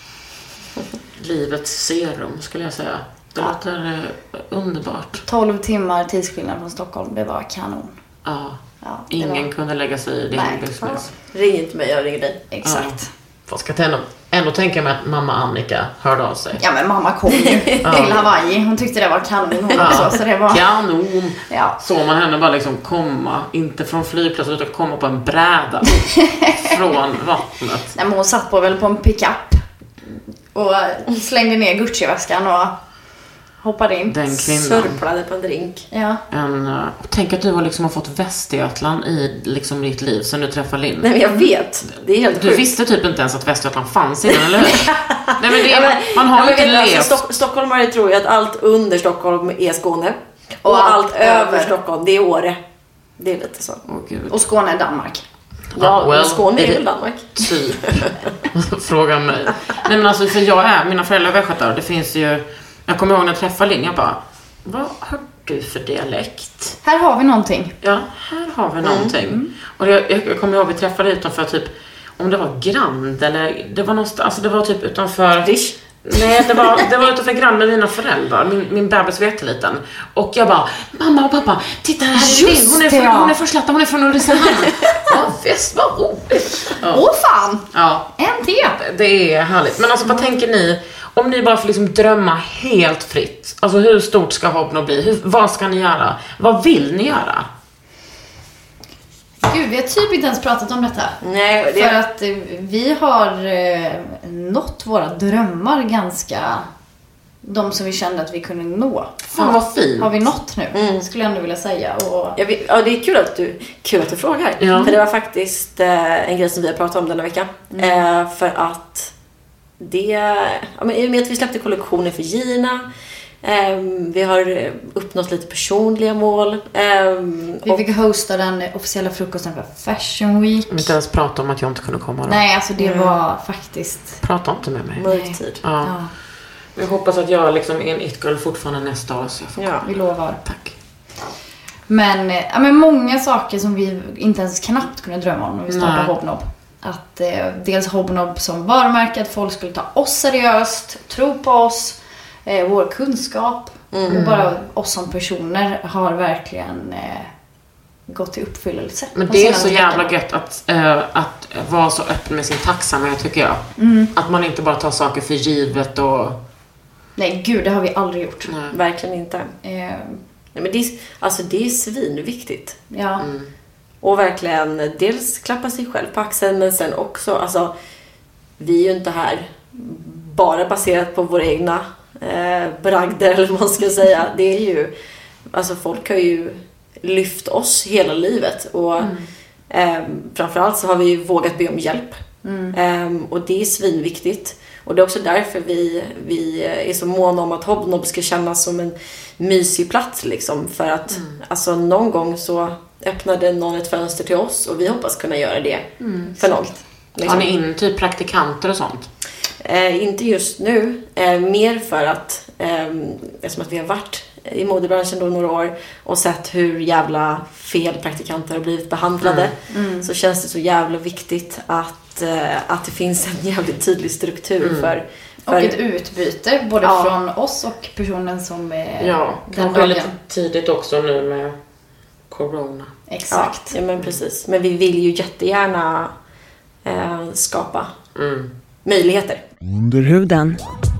B: Livets serum skulle jag säga. Det ja. låter uh, underbart.
D: tolv timmar tidsskillnad från Stockholm, det var kanon.
B: Ja,
D: ja
B: ingen
D: var...
B: kunde lägga sig i din
D: Nej.
B: business.
E: Ja. Ring inte mig, jag ringer dig.
D: Exakt.
B: Ja. Fast ska ändå, ändå tänka mig att mamma Annika hörde av sig.
D: Ja, men mamma kom ju till Hawaii. Hon tyckte det var kanon hon ja. också. Så det var...
B: Kanon!
D: Ja.
B: Så man henne bara liksom komma, inte från flygplatsen utan komma på en bräda från vattnet.
D: Nej, men hon satt på väl på en pickup och slängde ner Gucci-väskan och hoppade in.
B: Den kvinnan.
E: Sörplade på en drink.
D: Ja.
B: En, uh, tänk att du har liksom har fått Västergötland i liksom ditt liv sen du träffade Linn.
E: Nej, men jag vet. Det är helt
B: Du
E: sjukt.
B: visste typ inte ens att Västergötland fanns innan, eller hur? Nej, men det är,
E: ja, men,
B: man har
E: ja,
B: inte
E: vet,
B: levt.
E: Alltså, Stock- Stockholmare tror ju att allt under Stockholm är Skåne. Och,
D: och
E: allt, allt över
D: över
E: Stockholm, det är Åre. Det är lite så.
B: Åh, Gud.
D: Och Skåne är Danmark.
E: Ja,
B: well,
E: Skåne är väl Danmark.
B: Typ. Fråga mig. Nej, men alltså, för jag är, mina föräldrar är västgötar. Det finns ju, jag kommer ihåg när jag träffade Linn, jag bara, vad har du för dialekt?
D: Här har vi någonting.
B: Ja, här har vi någonting. Mm. Och jag, jag kommer ihåg vi träffade utanför typ, om det var Grand eller, det var någonstans, alltså det var typ utanför
E: Rish.
B: Nej, det var, det var utanför Grand med mina föräldrar. Min, min bebis var jätteliten. Och jag bara, mamma och pappa, titta här är Linn. Hon är från, hon är från Slätta, hon är från Ulricehamn. Ja, visst, vad roligt.
D: Åh ja. oh, fan,
B: ja.
D: en till.
B: Det är härligt. Men alltså, vad mm. tänker ni? Om ni bara får liksom drömma helt fritt. Alltså, hur stort ska Hobnob bli? Hur, vad ska ni göra? Vad vill ni göra?
D: Gud, vi har typ inte ens pratat om detta.
E: Nej, det...
D: För att eh, vi har eh, nått våra drömmar ganska... De som vi kände att vi kunde nå.
B: Fan, vad fint.
D: Har vi nått nu,
E: mm.
D: skulle jag ändå vilja säga. Och...
E: Ja, vi, ja, det är kul att du, kul att du frågar.
B: Ja.
E: För det var faktiskt eh, en grej som vi har pratat om denna vecka. Mm. Eh, för att det... Ja, men i och med att vi släppte kollektioner för Gina... Um, vi har uppnått lite personliga mål. Um,
D: vi fick hosta den officiella frukosten för Fashion Week.
B: Jag vill inte ens prata om att jag inte kunde komma då.
D: Nej, alltså det
E: mm.
D: var faktiskt...
B: Prata inte med mig.
E: Mörk tid.
B: Ja. Ja. Jag hoppas att jag liksom är en it-girl fortfarande nästa år. Så jag får
D: ja, vi lovar.
B: Tack.
D: Men, ja, men många saker som vi inte ens knappt kunde drömma om när vi startade Hobnob. Att eh, dels Hobnob som varumärke, att folk skulle ta oss seriöst, tro på oss. Eh, vår kunskap mm. och bara oss som personer har verkligen eh, gått till uppfyllelse.
B: Men det är så jävla gött att, äh, att vara så öppen med sin tacksamhet, tycker jag. Mm. Att man inte bara tar saker för givet och...
D: Nej, gud, det har vi aldrig gjort.
E: Nej. Verkligen inte. Eh. Nej, men det är, alltså, det är svinviktigt.
D: Ja.
E: Mm. Och verkligen dels klappa sig själv på axeln, men sen också, alltså, vi är ju inte här bara baserat på våra egna eh, bragder eller vad man ska säga. Det är ju, alltså folk har ju lyft oss hela livet och mm. eh, framförallt så har vi vågat be om hjälp. Mm. Eh, och det är svinviktigt. Och det är också därför vi, vi är så måna om att Hobnob ska kännas som en mysig plats liksom. För att mm. alltså, någon gång så öppnade någon ett fönster till oss och vi hoppas kunna göra det mm. för någon. Liksom.
B: Har ni in typ praktikanter och sånt?
E: Eh, inte just nu. Eh, mer för att eh, eftersom att vi har varit i modebranschen då några år och sett hur jävla fel praktikanter har blivit behandlade mm. Mm. så känns det så jävla viktigt att, eh, att det finns en jävligt tydlig struktur mm. för, för...
D: Och ett utbyte både ja. från oss och personen som är
B: ja,
D: den
B: dagen. Lite tidigt också nu med corona.
D: Exakt.
E: Ja, ja men precis. Men vi vill ju jättegärna eh, skapa mm. möjligheter.
F: Under huden.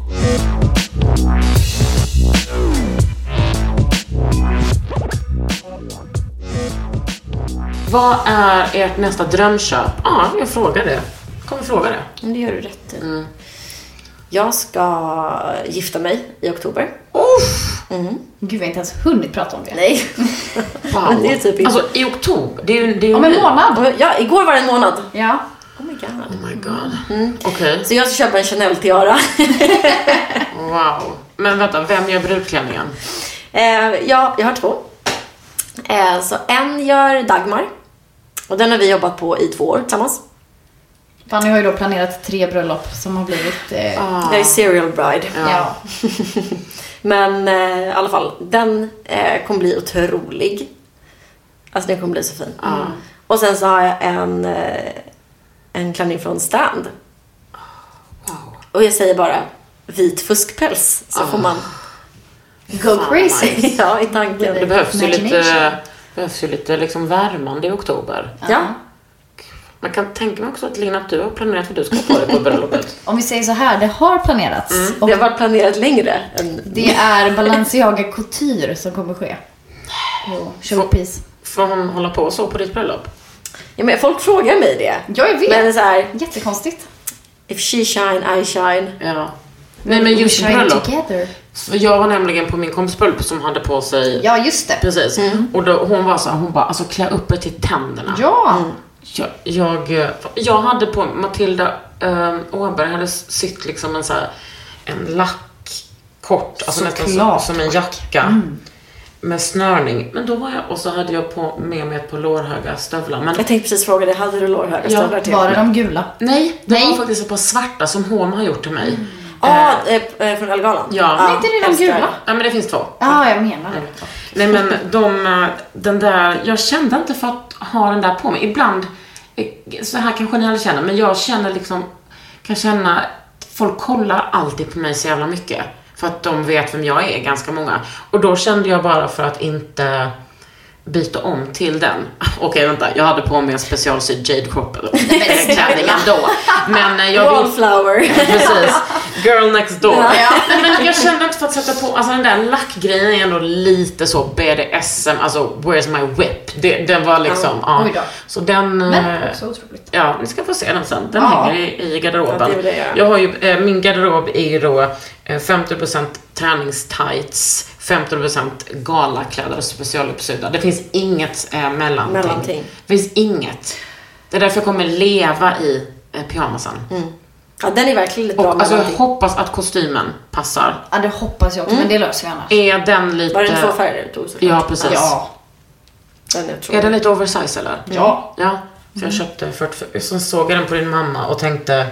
B: Vad är ert nästa drömköp? Ja, jag frågar det. Kommer fråga det.
E: Men det gör du rätt i. Mm. Jag ska gifta mig i oktober.
B: Uff!
E: Mm.
D: Gud, vi har inte ens hunnit prata om det.
E: Nej.
B: Wow.
E: Men det är typ
B: alltså i oktober. Det är ju, det är ju
D: om en månad.
E: Ja, igår var det en månad.
D: Ja.
E: Oh my god.
B: Oh my god.
E: Mm.
B: Okej. Okay.
E: Så jag ska köpa en Chanel-tiara.
B: Wow. Men vänta, vem gör brudklänningen?
E: Eh, ja, jag har två. Eh, så en gör Dagmar. Och den har vi jobbat på i två år tillsammans.
D: Fanny har ju då planerat tre bröllop som har blivit... Eh...
E: Ah. Jag är serial bride.
D: Ja. ja.
E: Men eh, i alla fall, den eh, kommer bli otrolig. Alltså den kommer bli så fin.
B: Mm.
E: Och sen så har jag en, eh, en klänning från Strand.
B: Wow.
E: Och jag säger bara vit fuskpäls. Så ah. får man...
D: Go crazy.
E: Ja, i tanken.
B: Det behövs ju lite, behövs ju lite liksom värmande i oktober.
E: Ja.
B: Man kan tänka mig också att Lina, att du har planerat för du ska på det på bröllopet.
D: Om vi säger så här, det har planerats.
E: Mm. Det har varit planerat längre. Än...
D: Det är Balenciaga Couture som kommer ske. På showpiece.
B: Får hon hålla på så på ditt bröllop?
E: Ja, men folk frågar mig det.
D: Ja, jag vet.
E: Men så här,
D: jättekonstigt.
E: If she shine, I shine.
B: Ja. Nej, men just bröllop.
D: Together.
B: Jag var nämligen på min kompis bröllop som hade på sig...
D: Ja, just det.
B: Precis. Mm. Och då, hon var så här, hon bara, alltså klä upp det till tänderna.
D: Ja.
B: Mm. Jag, jag, jag hade på Matilda äh, Åberg hade sytt liksom en så här, en lack kort, alltså nästan som, som en jacka mm. med snörning. Men då var jag, och så hade jag på med mig ett par lårhöga stövlar. Men,
E: jag tänkte precis fråga dig, hade du lårhöga ja, stövlar till?
D: Var det de gula?
B: Nej, det Nej. var faktiskt ett par svarta som hon har gjort till mig. Mm.
E: Ja, ah, eh, från Elgalan.
B: Ja.
D: Men inte det de gula?
B: Ja, men det finns två.
D: Ja, ah, jag menar det.
B: Nej, men de, den där, jag kände inte för att ha den där på mig. Ibland, så här kanske ni aldrig känner, men jag känner liksom, kan känna, folk kollar alltid på mig så jävla mycket. För att de vet vem jag är, ganska många. Och då kände jag bara för att inte byta om till den. Okej, vänta. Jag hade på mig en specialsydd Jade Crop klänningen då. Men jag
E: Wallflower.
B: Precis. Girl next door. Ja. Men jag kände inte för att sätta på, alltså den där lackgrejen är ändå lite så B D S M, alltså where's my whip. Det, den var liksom, ja.
D: ja.
B: Så den...
D: Men så otroligt.
B: Ja, ni ska få se den sen. Den
D: ja.
B: hänger i, i garderoben.
E: Ja, det det, ja.
B: Jag har ju, eh, min garderob är ju då eh, femtio procent träningstights, femtio procent galakläder och specialuppsydda. Det finns inget eh, mellanting.
E: mellanting.
B: Det finns inget. Det är därför jag kommer leva i eh, pyjamasen.
E: Mm. Ja, den är verkligen lite bra.
B: Och, alltså, jag hoppas att kostymen passar.
D: Ja, det hoppas jag också, mm. men det löser vi annars.
B: Är den lite...
E: Var det två färger du tog?
B: Ja, precis.
D: Ja.
E: Den är,
B: är den lite oversize eller?
D: Ja.
B: Ja, för jag köpte fyrtiofem. Så såg jag den på din mamma och tänkte,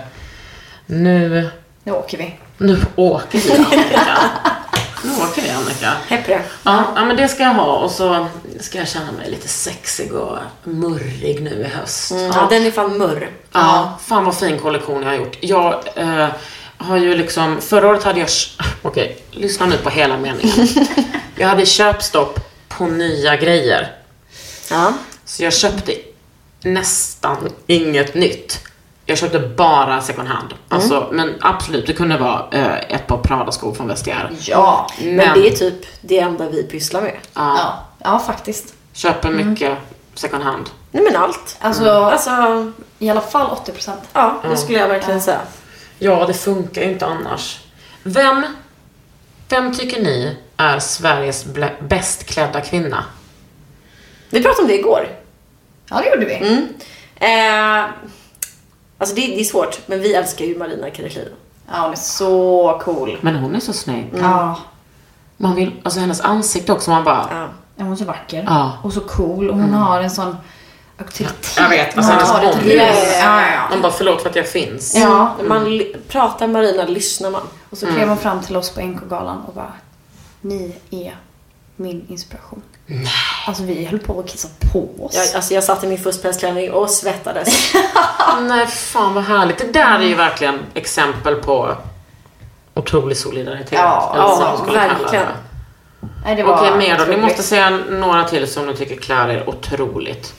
B: nu...
D: Nu åker vi.
B: Nu åker vi, Annika. Nu åker vi, Annika.
E: Heppre.
B: Ja, ja, men det ska jag ha. Och så ska jag känna mig lite sexig och murrig nu i höst.
E: Mm, ja, den är fan murr.
B: Ja, ja, fan vad fin kollektion jag har gjort. Jag eh, har ju liksom... Förra året hade jag... Okej, okay, lyssna nu på hela meningen. Jag hade köpstopp på nya grejer.
E: Ja.
B: Så jag köpte nästan inget nytt. Jag köpte bara second hand. Alltså, mm. Men absolut, det kunde vara eh, ett par Prada-skor från Vestiaire.
E: Ja, men, men det är typ det enda vi pysslar med.
B: Ja,
D: ja, ja faktiskt.
B: Köper mycket mm. second hand.
E: Nej, men allt.
D: Alltså,
E: mm. alltså
D: i alla fall åttio procent.
E: Ja, det skulle jag verkligen ja. säga.
B: Ja, det funkar ju inte annars. Vem, vem tycker ni är Sveriges blä- bäst klädda kvinna?
E: Vi pratade om det igår.
D: Ja, det gjorde vi.
E: Mm. Eh, alltså det, det är svårt, men vi älskar ju Marina Kareklina.
D: Ja, hon är så cool.
B: Men hon är så snygg.
D: Mm. Ja.
B: Man vill, alltså hennes ansikte också, man bara...
E: Ja.
D: Ja, hon är så vacker.
B: Ja.
D: Och så cool. Och hon mm. har en sån auktoritet.
B: Jag vet, alltså
D: man
B: hennes
D: tar det till.
B: område.
D: Ja, ja.
B: Man bara, förlåt för att jag finns.
D: Ja.
E: Mm. Man li- pratar Marina, lyssnar man.
D: Och så klev mm. hon fram till oss på N K-galan och bara, ni är min inspiration.
B: Nej.
D: Alltså vi höll på att kissa på oss.
E: Jag, alltså jag satt i min fullspetsklänning och svettades.
B: Nej, fan vad härligt. Det där är ju verkligen exempel på otrolig solidaritet.
D: Ja,
B: Eller vad
E: ja,
B: man skulle
E: verkligen.
B: kalla det.
D: Nej, det var
B: Okej, mer då. Ni
D: otroligt.
B: måste säga några till som ni tycker klär er otroligt.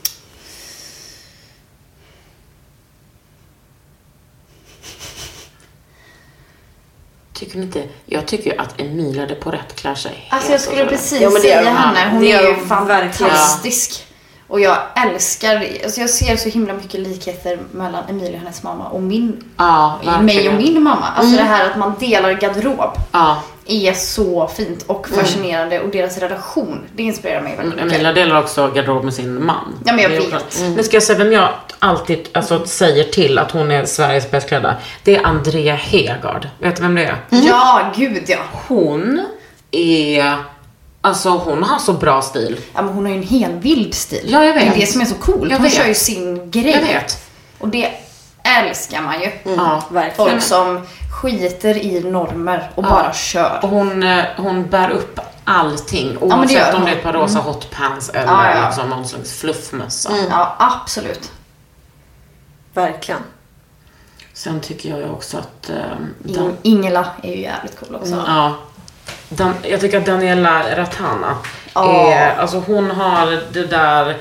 B: Tycker ni inte? Jag tycker ju att Emilia de Porrett klär sig helt
D: Alltså jag skulle
B: otroligt.
D: precis
E: Ja, men det
D: säga
E: gör hon.
D: henne. Hon
E: Det
D: är
E: gör
D: ju
E: hon
D: fantastisk. Och jag älskar, alltså jag ser så himla mycket likheter mellan Emilia och hennes mamma och min,
B: Ja,
D: mig
B: verkligen.
D: och min mamma. Alltså det här att man delar garderob
B: Ja.
D: är så fint och fascinerande och deras relation, det inspirerar mig väldigt mycket.
B: Emilia delar också garderob med sin man.
D: Ja, men jag
B: Det är
D: vet.
B: också- Nu ska jag säga vem jag alltid alltså, säger till att hon är Sveriges bäst klädda. Det är Andrea Hegard. Vet du vem det är?
D: Ja, gud ja.
B: Hon är... Alltså hon har så bra stil.
D: Ja, men hon har ju en hel vild stil.
B: Ja, jag vet.
D: Det är det som är så coolt.
B: Jag
D: Hon
B: vet.
D: kör ju sin grej.
B: Jag vet.
D: Och det älskar man ju.
B: Ja,
E: verkligen.
D: Folk som skiter i normer och
B: Ja.
D: bara kör.
B: Och hon, eh, hon bär upp allting.
D: men det
B: Oavsett
D: gör
B: om
D: hon.
B: det är ett par rosa hotpants eller
D: Ja, ja.
B: liksom någon slags fluffmössa.
D: Ja, absolut.
E: Verkligen.
B: Sen tycker jag ju också att... Eh,
D: In-
B: Dan-
D: Ingela är ju jävligt cool också.
B: ja, Dan- jag tycker att Daniela Ratana
D: Ja.
B: är... Alltså hon har det där...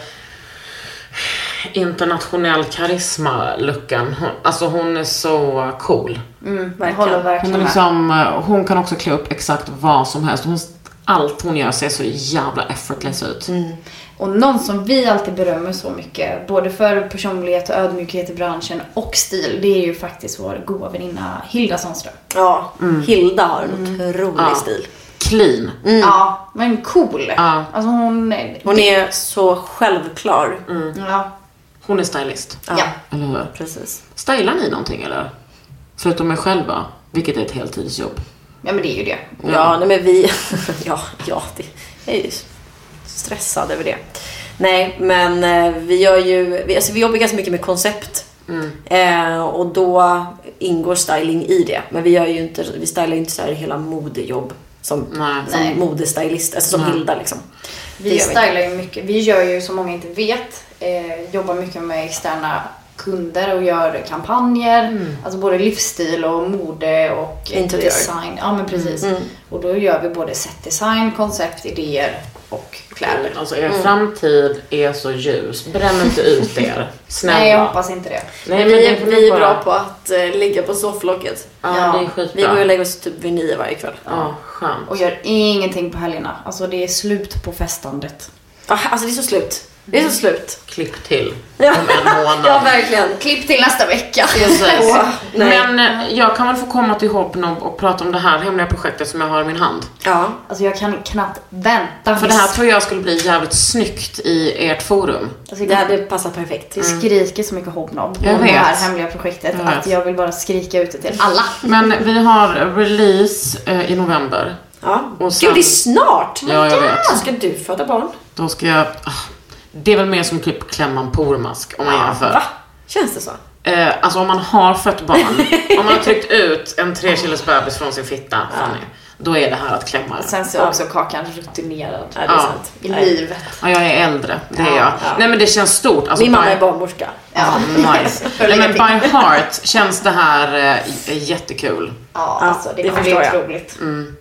B: internationell karisma-looken. Hon, alltså hon är så cool.
D: Mm, jag
E: Verkligen.
D: håller
B: Hon,
D: verkligen
B: är
D: med.
B: liksom, eh, hon kan också klä upp exakt vad som helst. Hon, allt hon gör ser så jävla effortless ut.
D: Och någon som vi alltid berömmer så mycket, både för personlighet och ödmjukhet i branschen och stil, det är ju faktiskt vår goda väninna Hilda Sandström.
E: Ja, Hilda har en otrolig
B: Ja.
E: stil.
B: Clean.
D: Ja, men cool.
B: Ja.
D: Alltså hon...
E: Hon är så självklar.
D: Ja.
B: Hon är stylist.
E: Ja,
D: Ja.
B: Eller hur?
E: precis.
B: Stylar ni någonting eller? Förutom mig själva, vilket är ett heltidsjobb.
D: Ja, men det är ju det.
E: Ja, nej men vi... ja, ja, det, jag är ju stressad över det. Nej, men eh, vi gör ju... Vi, alltså, vi jobbar ganska mycket med koncept.
B: Mm.
E: Eh, och då ingår styling i det. Men vi gör ju inte... Vi stylar ju inte så här hela modejobb. Som,
B: Nej.
E: som
D: Nej.
E: modestylist. Alltså som
B: Nej.
E: Hilda liksom. Det
D: Vi
E: gör vi inte.
D: stylar ju mycket. Vi gör ju, som många inte vet, eh, jobbar mycket med externa kunder och gör kampanjer.
B: Mm.
D: Alltså både livsstil och mode och eh,
E: Interiör.
D: design. Ja, men precis.
E: Mm.
D: Och då gör vi både setdesign, koncept, idéer och kläder.
B: Alltså er framtid är så ljus. Bränn inte ut er. Snälla.
D: Nej, jag hoppas inte det.
B: Nej,
E: Men
B: men
E: vi,
B: det får
E: är,
B: ni
E: vi är
B: bara-
E: bra på att eh, ligga på sofflocket.
B: Ja,
D: Ja,
B: det är skitbra.
E: Vi går och lägger oss typ vid nio varje kväll.
B: Ja, skönt.
D: Och gör ingenting på helgerna. Alltså det är slut på festandet.
E: Ah, alltså det är så slut. Det är så slut.
B: Klipp till
E: Ja.
B: om en månad.
E: Ja, verkligen.
D: Klipp till nästa vecka.
B: Precis.
E: Åh, nej.
B: Men eh, jag kan väl få komma till Hobnob och prata om det här hemliga projektet som jag har i min hand.
E: Ja.
D: Alltså jag kan knappt vänta.
B: För det här tror jag skulle bli jävligt snyggt i ert forum.
D: Alltså,
E: Det hade passat perfekt.
D: det skriker så mycket Hobnob
B: Jag
D: om det
B: vet.
D: här hemliga projektet
B: Jag vet.
D: att jag vill bara skrika ut det till alla.
B: Men vi har release eh, i november.
E: Ja.
B: Och sen-
E: Gud, det är snart.
B: Ja, jag vet.
E: Ska du föda barn?
B: Då ska jag... ah, Det är väl mer som typ klämma en pormask om man jämför.
E: Va? Känns det så?
B: Eh, alltså om man har fött barn, om man har tryckt ut en tre kilos bebis från sin fitta, Fanny, då är det här att klämma.
D: Sen så är också Kakan rutinerad
E: Ja, det är
B: Ja.
E: sant.
D: i
E: Nej.
D: livet.
B: Ja, jag är äldre, det är jag.
E: ja.
B: Nej men det känns stort. Alltså,
E: Min mamma
B: by-
E: är barnmorska.
B: Ja, nice. Nej, men by heart känns det här eh, jättekul.
D: Ja,
E: Ja,
D: alltså det,
E: det
D: kommer bli
E: förstår jag.
D: otroligt.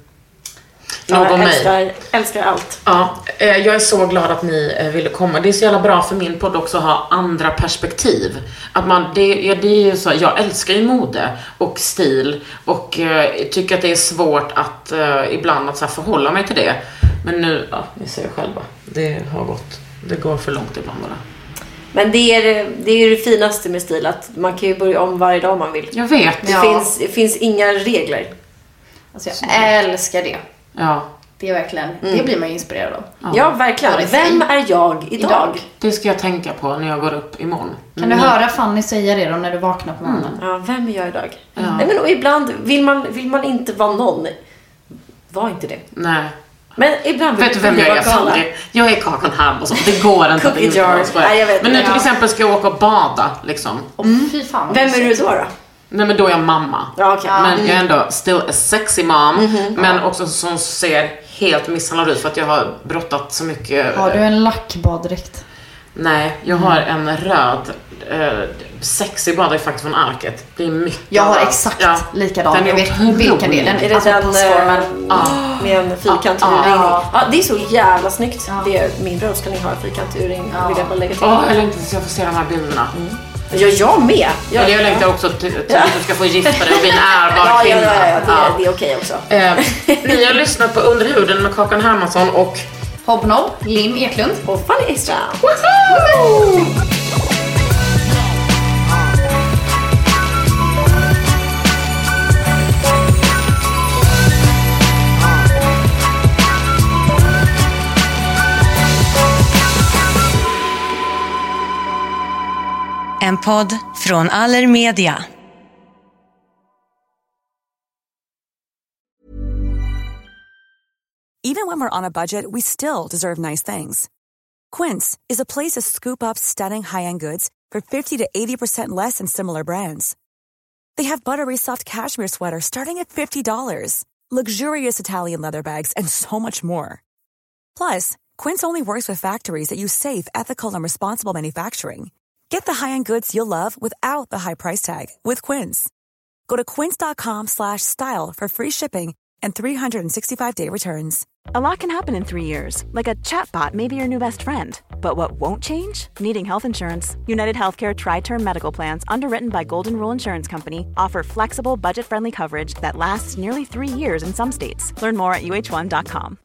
B: Nog
E: jag
B: om mig.
E: älskar, älskar allt.
B: Ja, eh, jag är så glad att ni eh, ville komma. Det är så jävla bra för min podd också att ha andra perspektiv. Att man, det, ja, det är ju så, jag älskar ju mode och stil och eh, tycker att det är svårt att eh, ibland att så här, förhålla mig till det. Men nu, ja, ni ser själva. Det har gått, det går för långt ibland bara.
E: Men det är det, är det finaste med stil, att man kan ju börja om varje dag om man vill.
B: Jag vet.
E: Det, ja. finns, det finns inga regler.
D: Alltså jag älskar det.
B: Ja.
D: Det är verkligen, mm. det blir man ju inspirerad av.
E: Ja, ja verkligen. Vem är jag idag? idag?
B: Det ska jag tänka på när jag går upp imorgon.
D: Kan du höra Fanny säga det då när du vaknar på morgonen?
E: Mm. Ja, vem är jag idag?
B: Ja.
E: Nej, men och ibland vill man, vill man inte vara någon. Var inte det.
B: Nej.
E: Men ibland vill
B: vet du vem jag är? Fanny? Jag är Kakan Hermansson. Det går inte att inte vara.
E: Nej, jag vet.
B: Men nu till
E: ja.
B: exempel ska jag åka och bada liksom.
D: Mm. Fy fan,
E: vem är du då då?
B: Nej, men då är jag mamma.
E: Ja, okay.
B: Men
E: mm.
B: jag är ändå still a sexy mom.
E: Mm-hmm.
B: Men också som ser helt misshandlad ut för att jag har brottat så mycket.
D: Har du en lackbaddräkt?
B: Nej, jag har en röd eh, sexy baddräkt faktiskt från Arket. Det är mycket.
D: Jag har exakt ja. likadan.
B: Den
D: jag vet vilken det är. Den
E: är det
D: alltså
E: den
D: passformen.
E: Ja. Med en fyrkantig
B: ja.
E: urringning.
D: Ja.
E: Ja, det är så jävla snyggt.
D: Ja.
E: Det är min bröstkalling har en fyrkantig urringning. Ja. Vill jag bara lägga till.
B: Åh, jag längtar tills jag får se de här bilderna.
E: Mm. Ja, jag med.
B: Jag, jag längtar också till, till att du ska få gifta dig och bli en ärbar
E: ja,
B: kvinna.
E: Ja, ja, ja. Det, ja. det är okej också.
B: Eh, ni har lyssnat på Under huden med Kakan Hermansson och
D: Hobnob, Lim Eklund
E: och Fanny Extra.
B: Woho!
I: En podd från Allermedia.
J: Even when we're on a budget, we still deserve nice things. Quince is a place to scoop up stunning high-end goods for fifty to eighty percent less than similar brands. They have buttery soft cashmere sweaters starting at fifty dollars, luxurious Italian leather bags, and so much more. Plus, Quince only works with factories that use safe, ethical, and responsible manufacturing. Get the high-end goods you'll love without the high price tag with Quince. Go to quince.com slash style for free shipping and three sixty-five day returns.
G: A lot can happen in three years, like a chatbot may be your new best friend. But what won't change? Needing health insurance. United Healthcare Tri-Term Medical Plans, underwritten by Golden Rule Insurance Company, offer flexible, budget-friendly coverage that lasts nearly three years in some states. Learn more at U H one dot com.